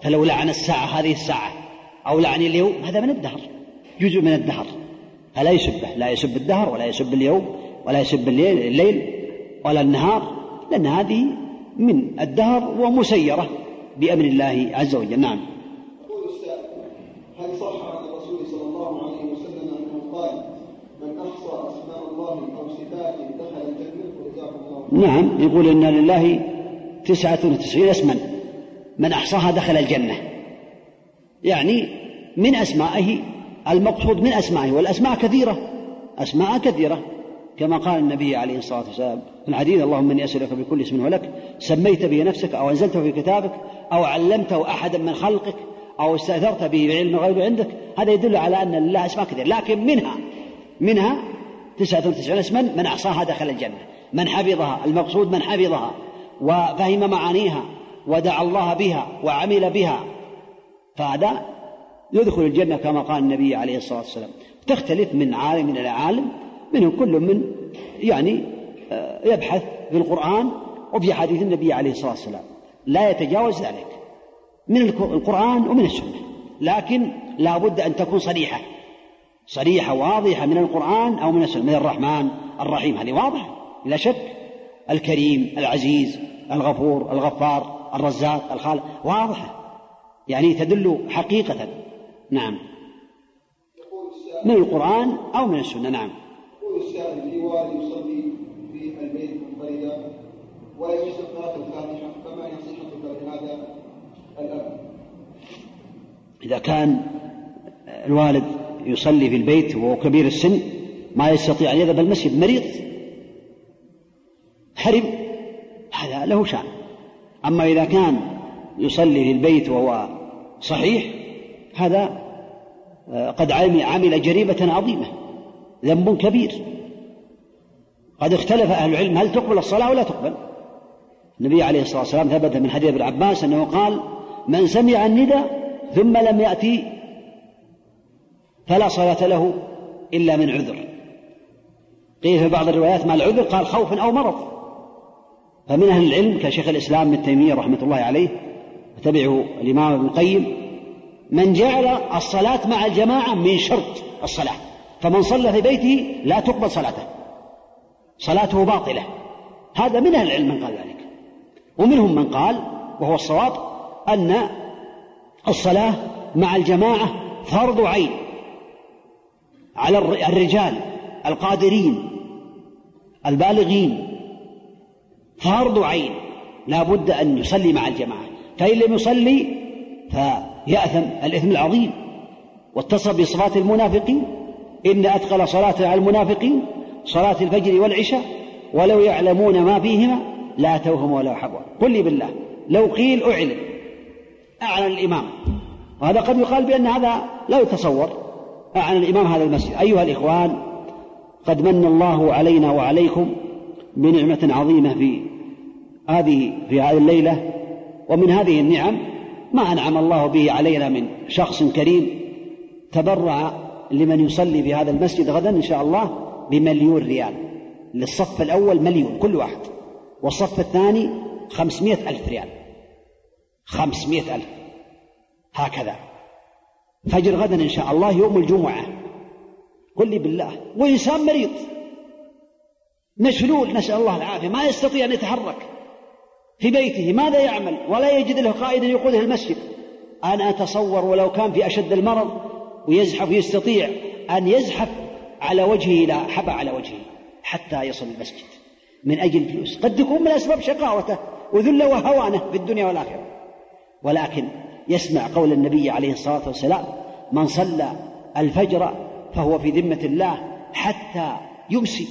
F: فلو لعن الساعة هذه الساعة أو لعن اليوم هذا من الدهر، جزء من الدهر، فلا يسبه، لا يسب الدهر ولا يسب اليوم ولا يسب الليل ولا النهار، لأن هذه من الدهر ومسيرة بأمر الله عز وجل. نعم.
E: يقول السائل: هل صح عن الرسول صلى الله عليه وسلم أنه قال: من أحصى أسماء الله أو صفاته دخل الجنة؟ وجزاكم الله.
F: نعم، يقول إن لله 99 اسما من أحصاها دخل الجنة، يعني من أسمائه، المقصود من أسمائه، والأسماء كثيرة، أسماء كثيرة، كما قال النبي عليه الصلاة والسلام في الحديث: اللهم إني أسألك بكل اسم هو لك سميت به نفسك أو أنزلته في كتابك أو علمته أحدا من خلقك أو استأثرت به بعلم الغيب عندك. هذا يدل على أن لله أسماء كثيرة، لكن منها 99 اسما من أحصاها دخل الجنة، من حفظها، المقصود من حفظها وفهم معانيها ودعا الله بها وعمل بها، فهذا يدخل الجنة كما قال النبي عليه الصلاة والسلام. تختلف من عالم إلى عالم، منهم كل من يعني يبحث في القرآن وفي حديث النبي عليه الصلاة والسلام، لا يتجاوز ذلك من القرآن ومن السنة، لكن لا بد أن تكون صريحة واضحة من القرآن أو من السنة، من الرحمن الرحيم، هذه واضحة بلا شك، الكريم العزيز الغفور الغفار الرزاق الخالق، واضحة يعني تدل حقيقة. نعم، من القرآن أو من السنة. نعم.
E: يقول السائل: في والد يصلي في البيت منفردا ولا يجوز قراءة الفاتحة، فما هي صحتك لهذا الأمر؟
F: إذا كان الوالد يصلي في البيت وهو كبير السن ما يستطيع أن يذهب المسجد، مريض حرم، هذا له شأن. أما إذا كان يصلي في البيت وهو صحيح، هذا قد عمل جريمة عظيمة، ذنب كبير. قد اختلف أهل العلم هل تقبل الصلاة ولا تقبل. النبي عليه الصلاة والسلام ثبت من حديث ابن عباس أنه قال: من سمع النداء ثم لم يأتي فلا صلاة له إلا من عذر. قيل في بعض الروايات ما العذر؟ قال: خوف أو مرض. فمن أهل العلم كشيخ الإسلام ابن تيمية رحمة الله عليه وتبعه الإمام ابن القيم من جعل الصلاة مع الجماعة من شرط الصلاة، فمن صلى في بيته لا تقبل صلاته، صلاته باطلة. هذا من أهل العلم من قال ذلك، ومنهم من قال وهو الصواب أن الصلاة مع الجماعة فرض عين على الرجال القادرين البالغين، فرض عين لا بد أن يصلي مع الجماعة، فإن لم يصلي فيأثم الإثم العظيم. واتصف بصفات المنافقين: إن أثقل صلاة على المنافقين صلاة الفجر والعشاء ولو يعلمون ما فيهما لا توهم ولا حبوا. قل لي بالله لو قيل أعلن الإمام، وهذا قد يقال بأن هذا لا يتصور، أعلن الإمام هذا المسجد: أيها الإخوان، قد من الله علينا وعليكم بنعمة عظيمة في هذه الليلة، ومن هذه النعم ما أنعم الله به علينا من شخص كريم تبرع لمن يصلي في هذا المسجد غدا إن شاء الله ب1,000,000 ريال، للصف الأول 1,000,000 كل واحد، والصف الثاني 500,000 ريال، 500,000 هكذا، فجر غدا إن شاء الله يوم الجمعة. قل لي بالله، وإنسان مريض مشلول نسأل الله العافية، ما يستطيع أن يتحرك في بيته، ماذا يعمل؟ ولا يجد له قائد يقوده المسجد. أنا أتصور ولو كان في أشد المرض ويزحف، يستطيع أن يزحف على وجهه إلى حبى على وجهه حتى يصل المسجد من أجل الفلوس، قد تكون من أسباب شقاوته وذل وهوانه في الدنيا والآخرة، ولكن يسمع قول النبي عليه الصلاة والسلام: من صلى الفجر فهو في ذمة الله حتى يمسي،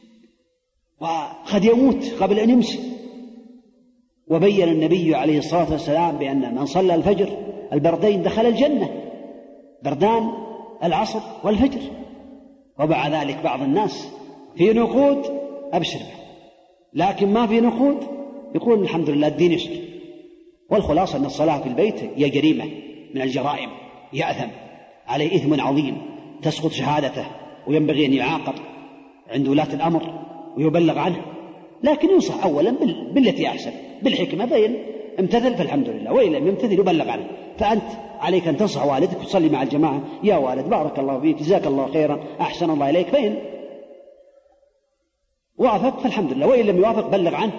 F: وقد يموت قبل أن يمسي. وبين النبي عليه الصلاة والسلام بأن من صلى الفجر البردين دخل الجنة، بردان العصر والفجر. ومع ذلك بعض الناس في نقود أبشر به، لكن ما في نقود يقول الحمد لله الدين يسر. والخلاصة أن الصلاة في البيت هي جريمة من الجرائم، يأثم عليه إثم عظيم، تسقط شهادته، وينبغي أن يعاقب عند ولاة الأمر ويبلغ عنه، لكن ينصح أولا بالتي أحسن بالحكمة، فإن امتثل فالحمد لله، وإن لم يمتثل يبلغ عنه. فأنت عليك أن تنصح والدك وتصلي مع الجماعة: يا والد بارك الله فيك، جزاك الله خيرا، أحسن الله إليك. فإن وافق فالحمد لله، وإن لم يوافق بلغ عنه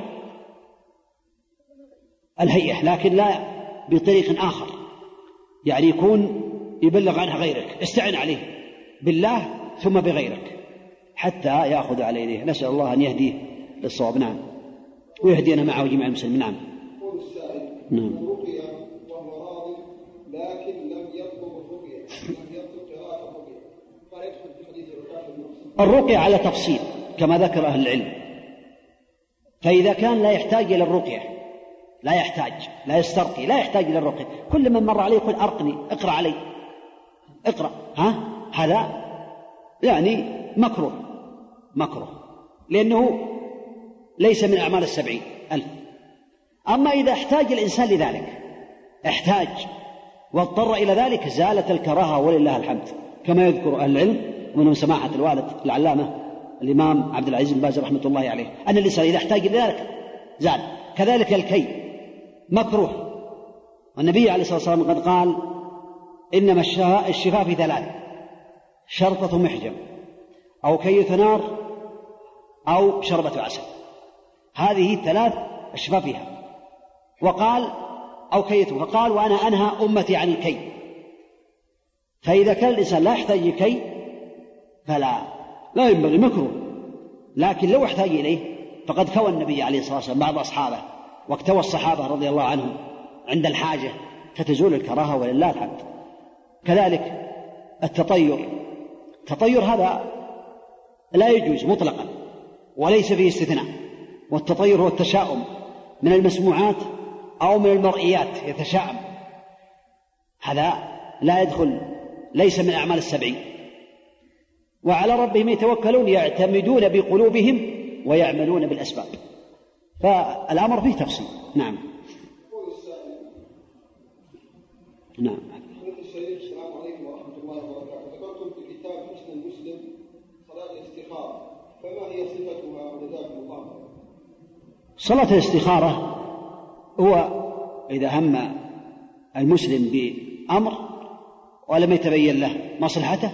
F: الهيئة، لكن لا بطريق آخر، يعني يكون يبلغ عنها غيرك. استعن عليه بالله ثم بغيرك حتى يأخذ على يديه. نسأل الله أن يهديه للصواب. نعم، ويهدينا معه جميع المسلمين. نعم.
E: يقول السائل:
F: نعم.
E: رقي وهو راض لكن لم يطلب الرقية، لم يطلب قراءة الرقية، قال يدخل في حديث عكاشة بن محصن.
F: الرقية على تفصيل كما ذكر أهل العلم، فإذا كان لا يحتاج إلى الرقية، لا يحتاج، لا يسترقي، لا يحتاج إلى الرقية، كل من مر عليه يقول: أرقني، اقرأ علي، اقرأ، هذا يعني مكروه لأنه ليس من أعمال 70,000. أما إذا احتاج الإنسان لذلك، احتاج واضطر إلى ذلك، زالت الكراهة ولله الحمد، كما يذكر أهل العلم ومنهم سماحة الوالد العلامة الإمام عبد العزيز بن باز رحمة الله عليه، أن الإنسان إذا احتاج إلى ذلك زال. كذلك الكي مكروه، والنبي عليه الصلاة والسلام قد قال: إنما الشفاء في 3: شرطة محجم، أو كية نار، أو شربة عسل. هذه 3 الشفاء فيها. وقال: أو كية، فقال: وأنا أنهى أمتي عن الكي. فإذا كان الإنسان لا يحتاج لكي فلا ينبغي، مكروه. لكن لو احتاج إليه فقد كوى النبي عليه الصلاة والسلام بعض أصحابه، واكتوى الصحابة رضي الله عنهم عند الحاجة، فتزول الكراهة ولله الحمد. كذلك التطير هذا لا يجوز مطلقا وليس فيه استثناء. والتطير هو التشاؤم من المسموعات أو من المرئيات، يتشاءم، هذا لا يدخل، ليس من أعمال 70. وعلى ربهم يتوكلون، يعتمدون بقلوبهم ويعملون بالأسباب. فالأمر فيه تفصيل. نعم. نعم.
E: السلام عليكم ورحمة الله وبركاته. ذكرتم في كتاب حسن المسلم صلاة الاستخارة، فما هي صفتها وجزاكم الله خيرا؟
F: صلاة الاستخارة هو إذا هم المسلم بأمر ولم يتبين له مصلحته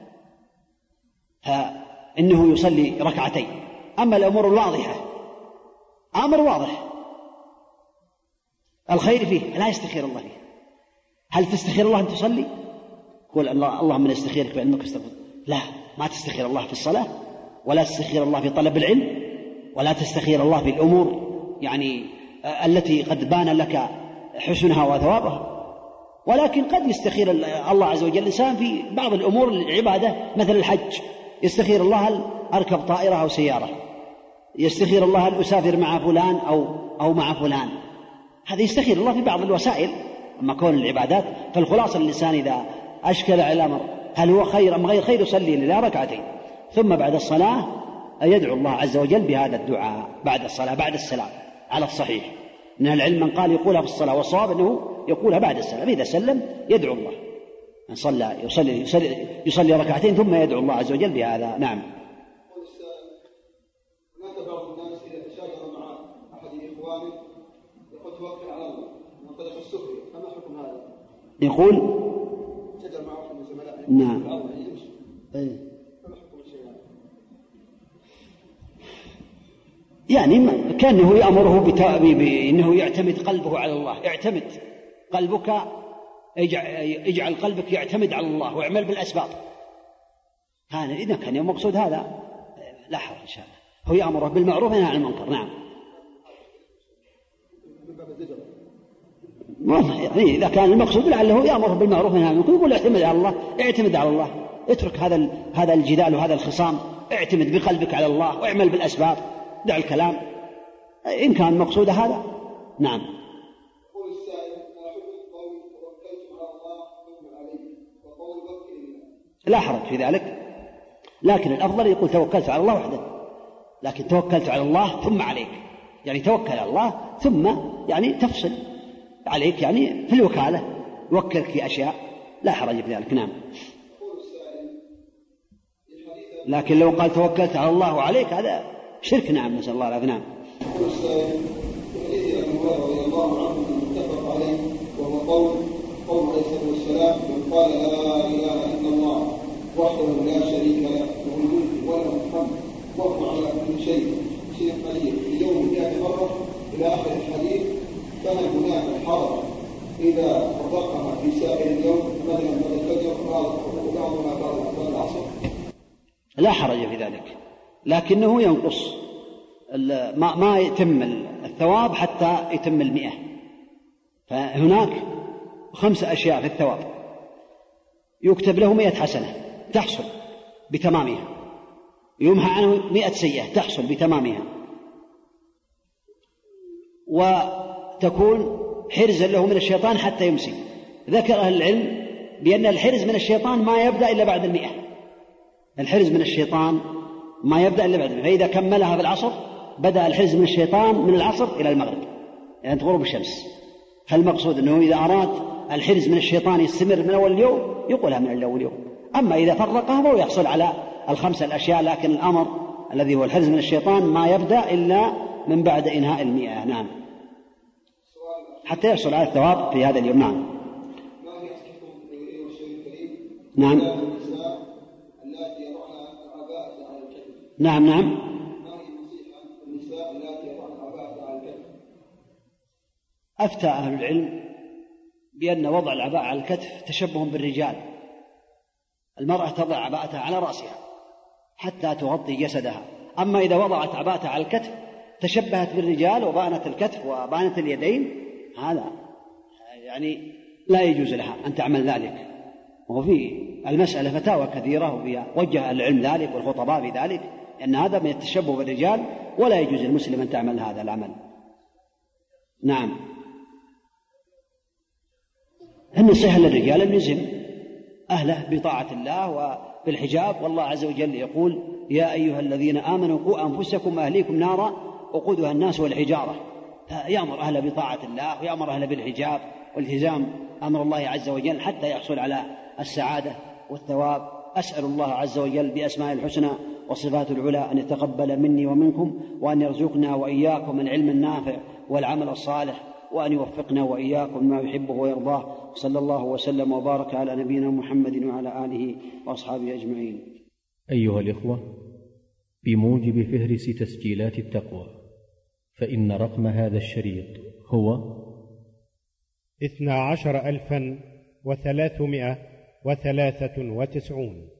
F: فإنه يصلي ركعتين. أما الأمور الواضحة، أمر واضح الخير فيه لا يستخير الله فيه. هل تستخير الله أن تصلي؟ قول اللهم نستخيرك بعلمك استغفر. لا، ما تستخير الله في الصلاة، ولا تستخير الله في طلب العلم، ولا تستخير الله في الأمور يعني التي قد بان لك حسنها وثوابها. ولكن قد يستخير الله عز وجل الإنسان في بعض الأمور العبادة، مثل الحج، يستخير الله هل أركب طائرة أو سيارة، يستخير الله هل أسافر مع فلان أو مع فلان. هذا يستخير الله في بعض الوسائل. أما كون العبادات فالخلاصة الإنسان إذا أشكل على الأمر هل هو خير أم غير خير يصلي لله ركعتين، ثم بعد الصلاة يدعو الله عز وجل بهذا الدعاء بعد الصلاة بعد السلام على الصحيح. من العلم من قال يقولها في الصلاة، والصواب أنه يقولها بعد السلام. إذا سلم يدعو الله، من صلى يصلي ركعتين ثم يدعو الله عز وجل بهذا. نعم.
E: هناك بعض الناس إذا تشاجر مع أحد إخوانه يقول توكل على الله من طريق السخرية، فما حكم هذا؟
F: يقول
E: شجر مع واحد من زملائه.
F: نعم.
E: فما حكم الشيء هذا؟
F: يعني كأنه يأمره بأنه يعتمد قلبه على الله. اعتمد قلبك، اجعل قلبك يعتمد على الله واعمل بالأسباب. إذا كان المقصود هذا لا حرج إن شاء الله. هو يأمره بالمعروف وينهى عن المنكر. نعم. والله يعني إذا كان المقصود لعله يأمره بالمعروف وينهى عن المنكر، يقول اعتمد على الله، اعتمد على الله، اترك هذا الجدال وهذا الخصام، اعتمد بقلبك على الله واعمل بالأسباب، دع الكلام إن كان المقصود هذا. نعم.
E: يقول السائل: ما حكم قول توكلت على الله ثم عليه، وقول وكل
F: لا حرج في ذلك، لكن الأفضل يقول توكلت على الله وحده، لكن توكلت على الله ثم عليك، يعني توكل على الله ثم يعني تفصل عليك، يعني في الوكالة يوكلك في أشياء، لا حرج في ذلك. نعم. لكن لو قال توكلت على الله وعليك هذا شرك. نعم، نسأل الله العافية. نعم.
E: يقول السائل: في حديث أبي هريرة رضي الله عنه المتفق عليه، وهو قول وحده لا شريك له له الملك وله الحمد وهو على كل شيء قدير في يوم 100 مرة إلى آخر الحديث، فهل هناك حرج إذا فرقها في سائر اليوم مثلا بعد الفجر وبعضها بعد العصر؟
F: لا حرج في ذلك، لكنه ينقص ما يتم الثواب حتى يتم 100. فهناك 5 أشياء في الثواب يكتب له 100 حسنة تحصل بتمامها، يمحى عنه 100 سيئة تحصل بتمامها، وتكون حرزا له من الشيطان حتى يمسي. ذكر أهل العلم بأن الحرز من الشيطان ما يبدأ إلا بعد 100. الحرز من الشيطان ما يبدأ إلا بعد 100، فإذا كملها بالعصر بدأ الحرز من الشيطان من العصر إلى المغرب، يعني تغرب الشمس. فالمقصود أنه إذا أراد الحرز من الشيطان يستمر من أول اليوم يقولها من أول يوم. أما إذا فرقها فهو يحصل على ال5 الأشياء، لكن الأمر الذي هو الحرز من الشيطان ما يبدأ إلا من بعد إنهاء 100. نعم، حتى يحصل على الثواب في هذا اليوم. نعم. نعم نعم نعم. أفتى أهل العلم بأن وضع العباءة على الكتف تشبه بالرجال. المرأة تضع عباءتها على رأسها حتى تغطي جسدها، أما إذا وضعت عباءتها على الكتف تشبهت بالرجال وبانت الكتف وبانت اليدين، هذا يعني لا يجوز لها أن تعمل ذلك. وفي المسألة فتاوى كثيرة ووجه العلم ذلك والخطباء في ذلك، أن هذا من التشبه بالرجال ولا يجوز للمسلم أن تعمل هذا العمل. نعم. النصيحة للرجال أن يلزم أهله بطاعة الله وبالحجاب، والله عز وجل يقول: يا أيها الذين آمنوا قوا أنفسكم وأهليكم نارا وقودها الناس والحجارة. فيأمر أهله بطاعة الله ويأمر أهله بالحجاب والتزام أمر الله عز وجل حتى يحصل على السعادة والثواب. أسأل الله عز وجل بأسماء الحسنى وصفات العلى أن يتقبل مني ومنكم، وأن يرزقنا وإياكم العلم النافع والعمل الصالح، وأن يوفقنا وإياكم ما يحبه ويرضاه. صلى الله وسلم وبارك على نبينا محمد وعلى آله وأصحابه أجمعين.
A: أيها الإخوة، بموجب فهرس تسجيلات التقوى، فإن رقم هذا الشريط هو
B: 12,393.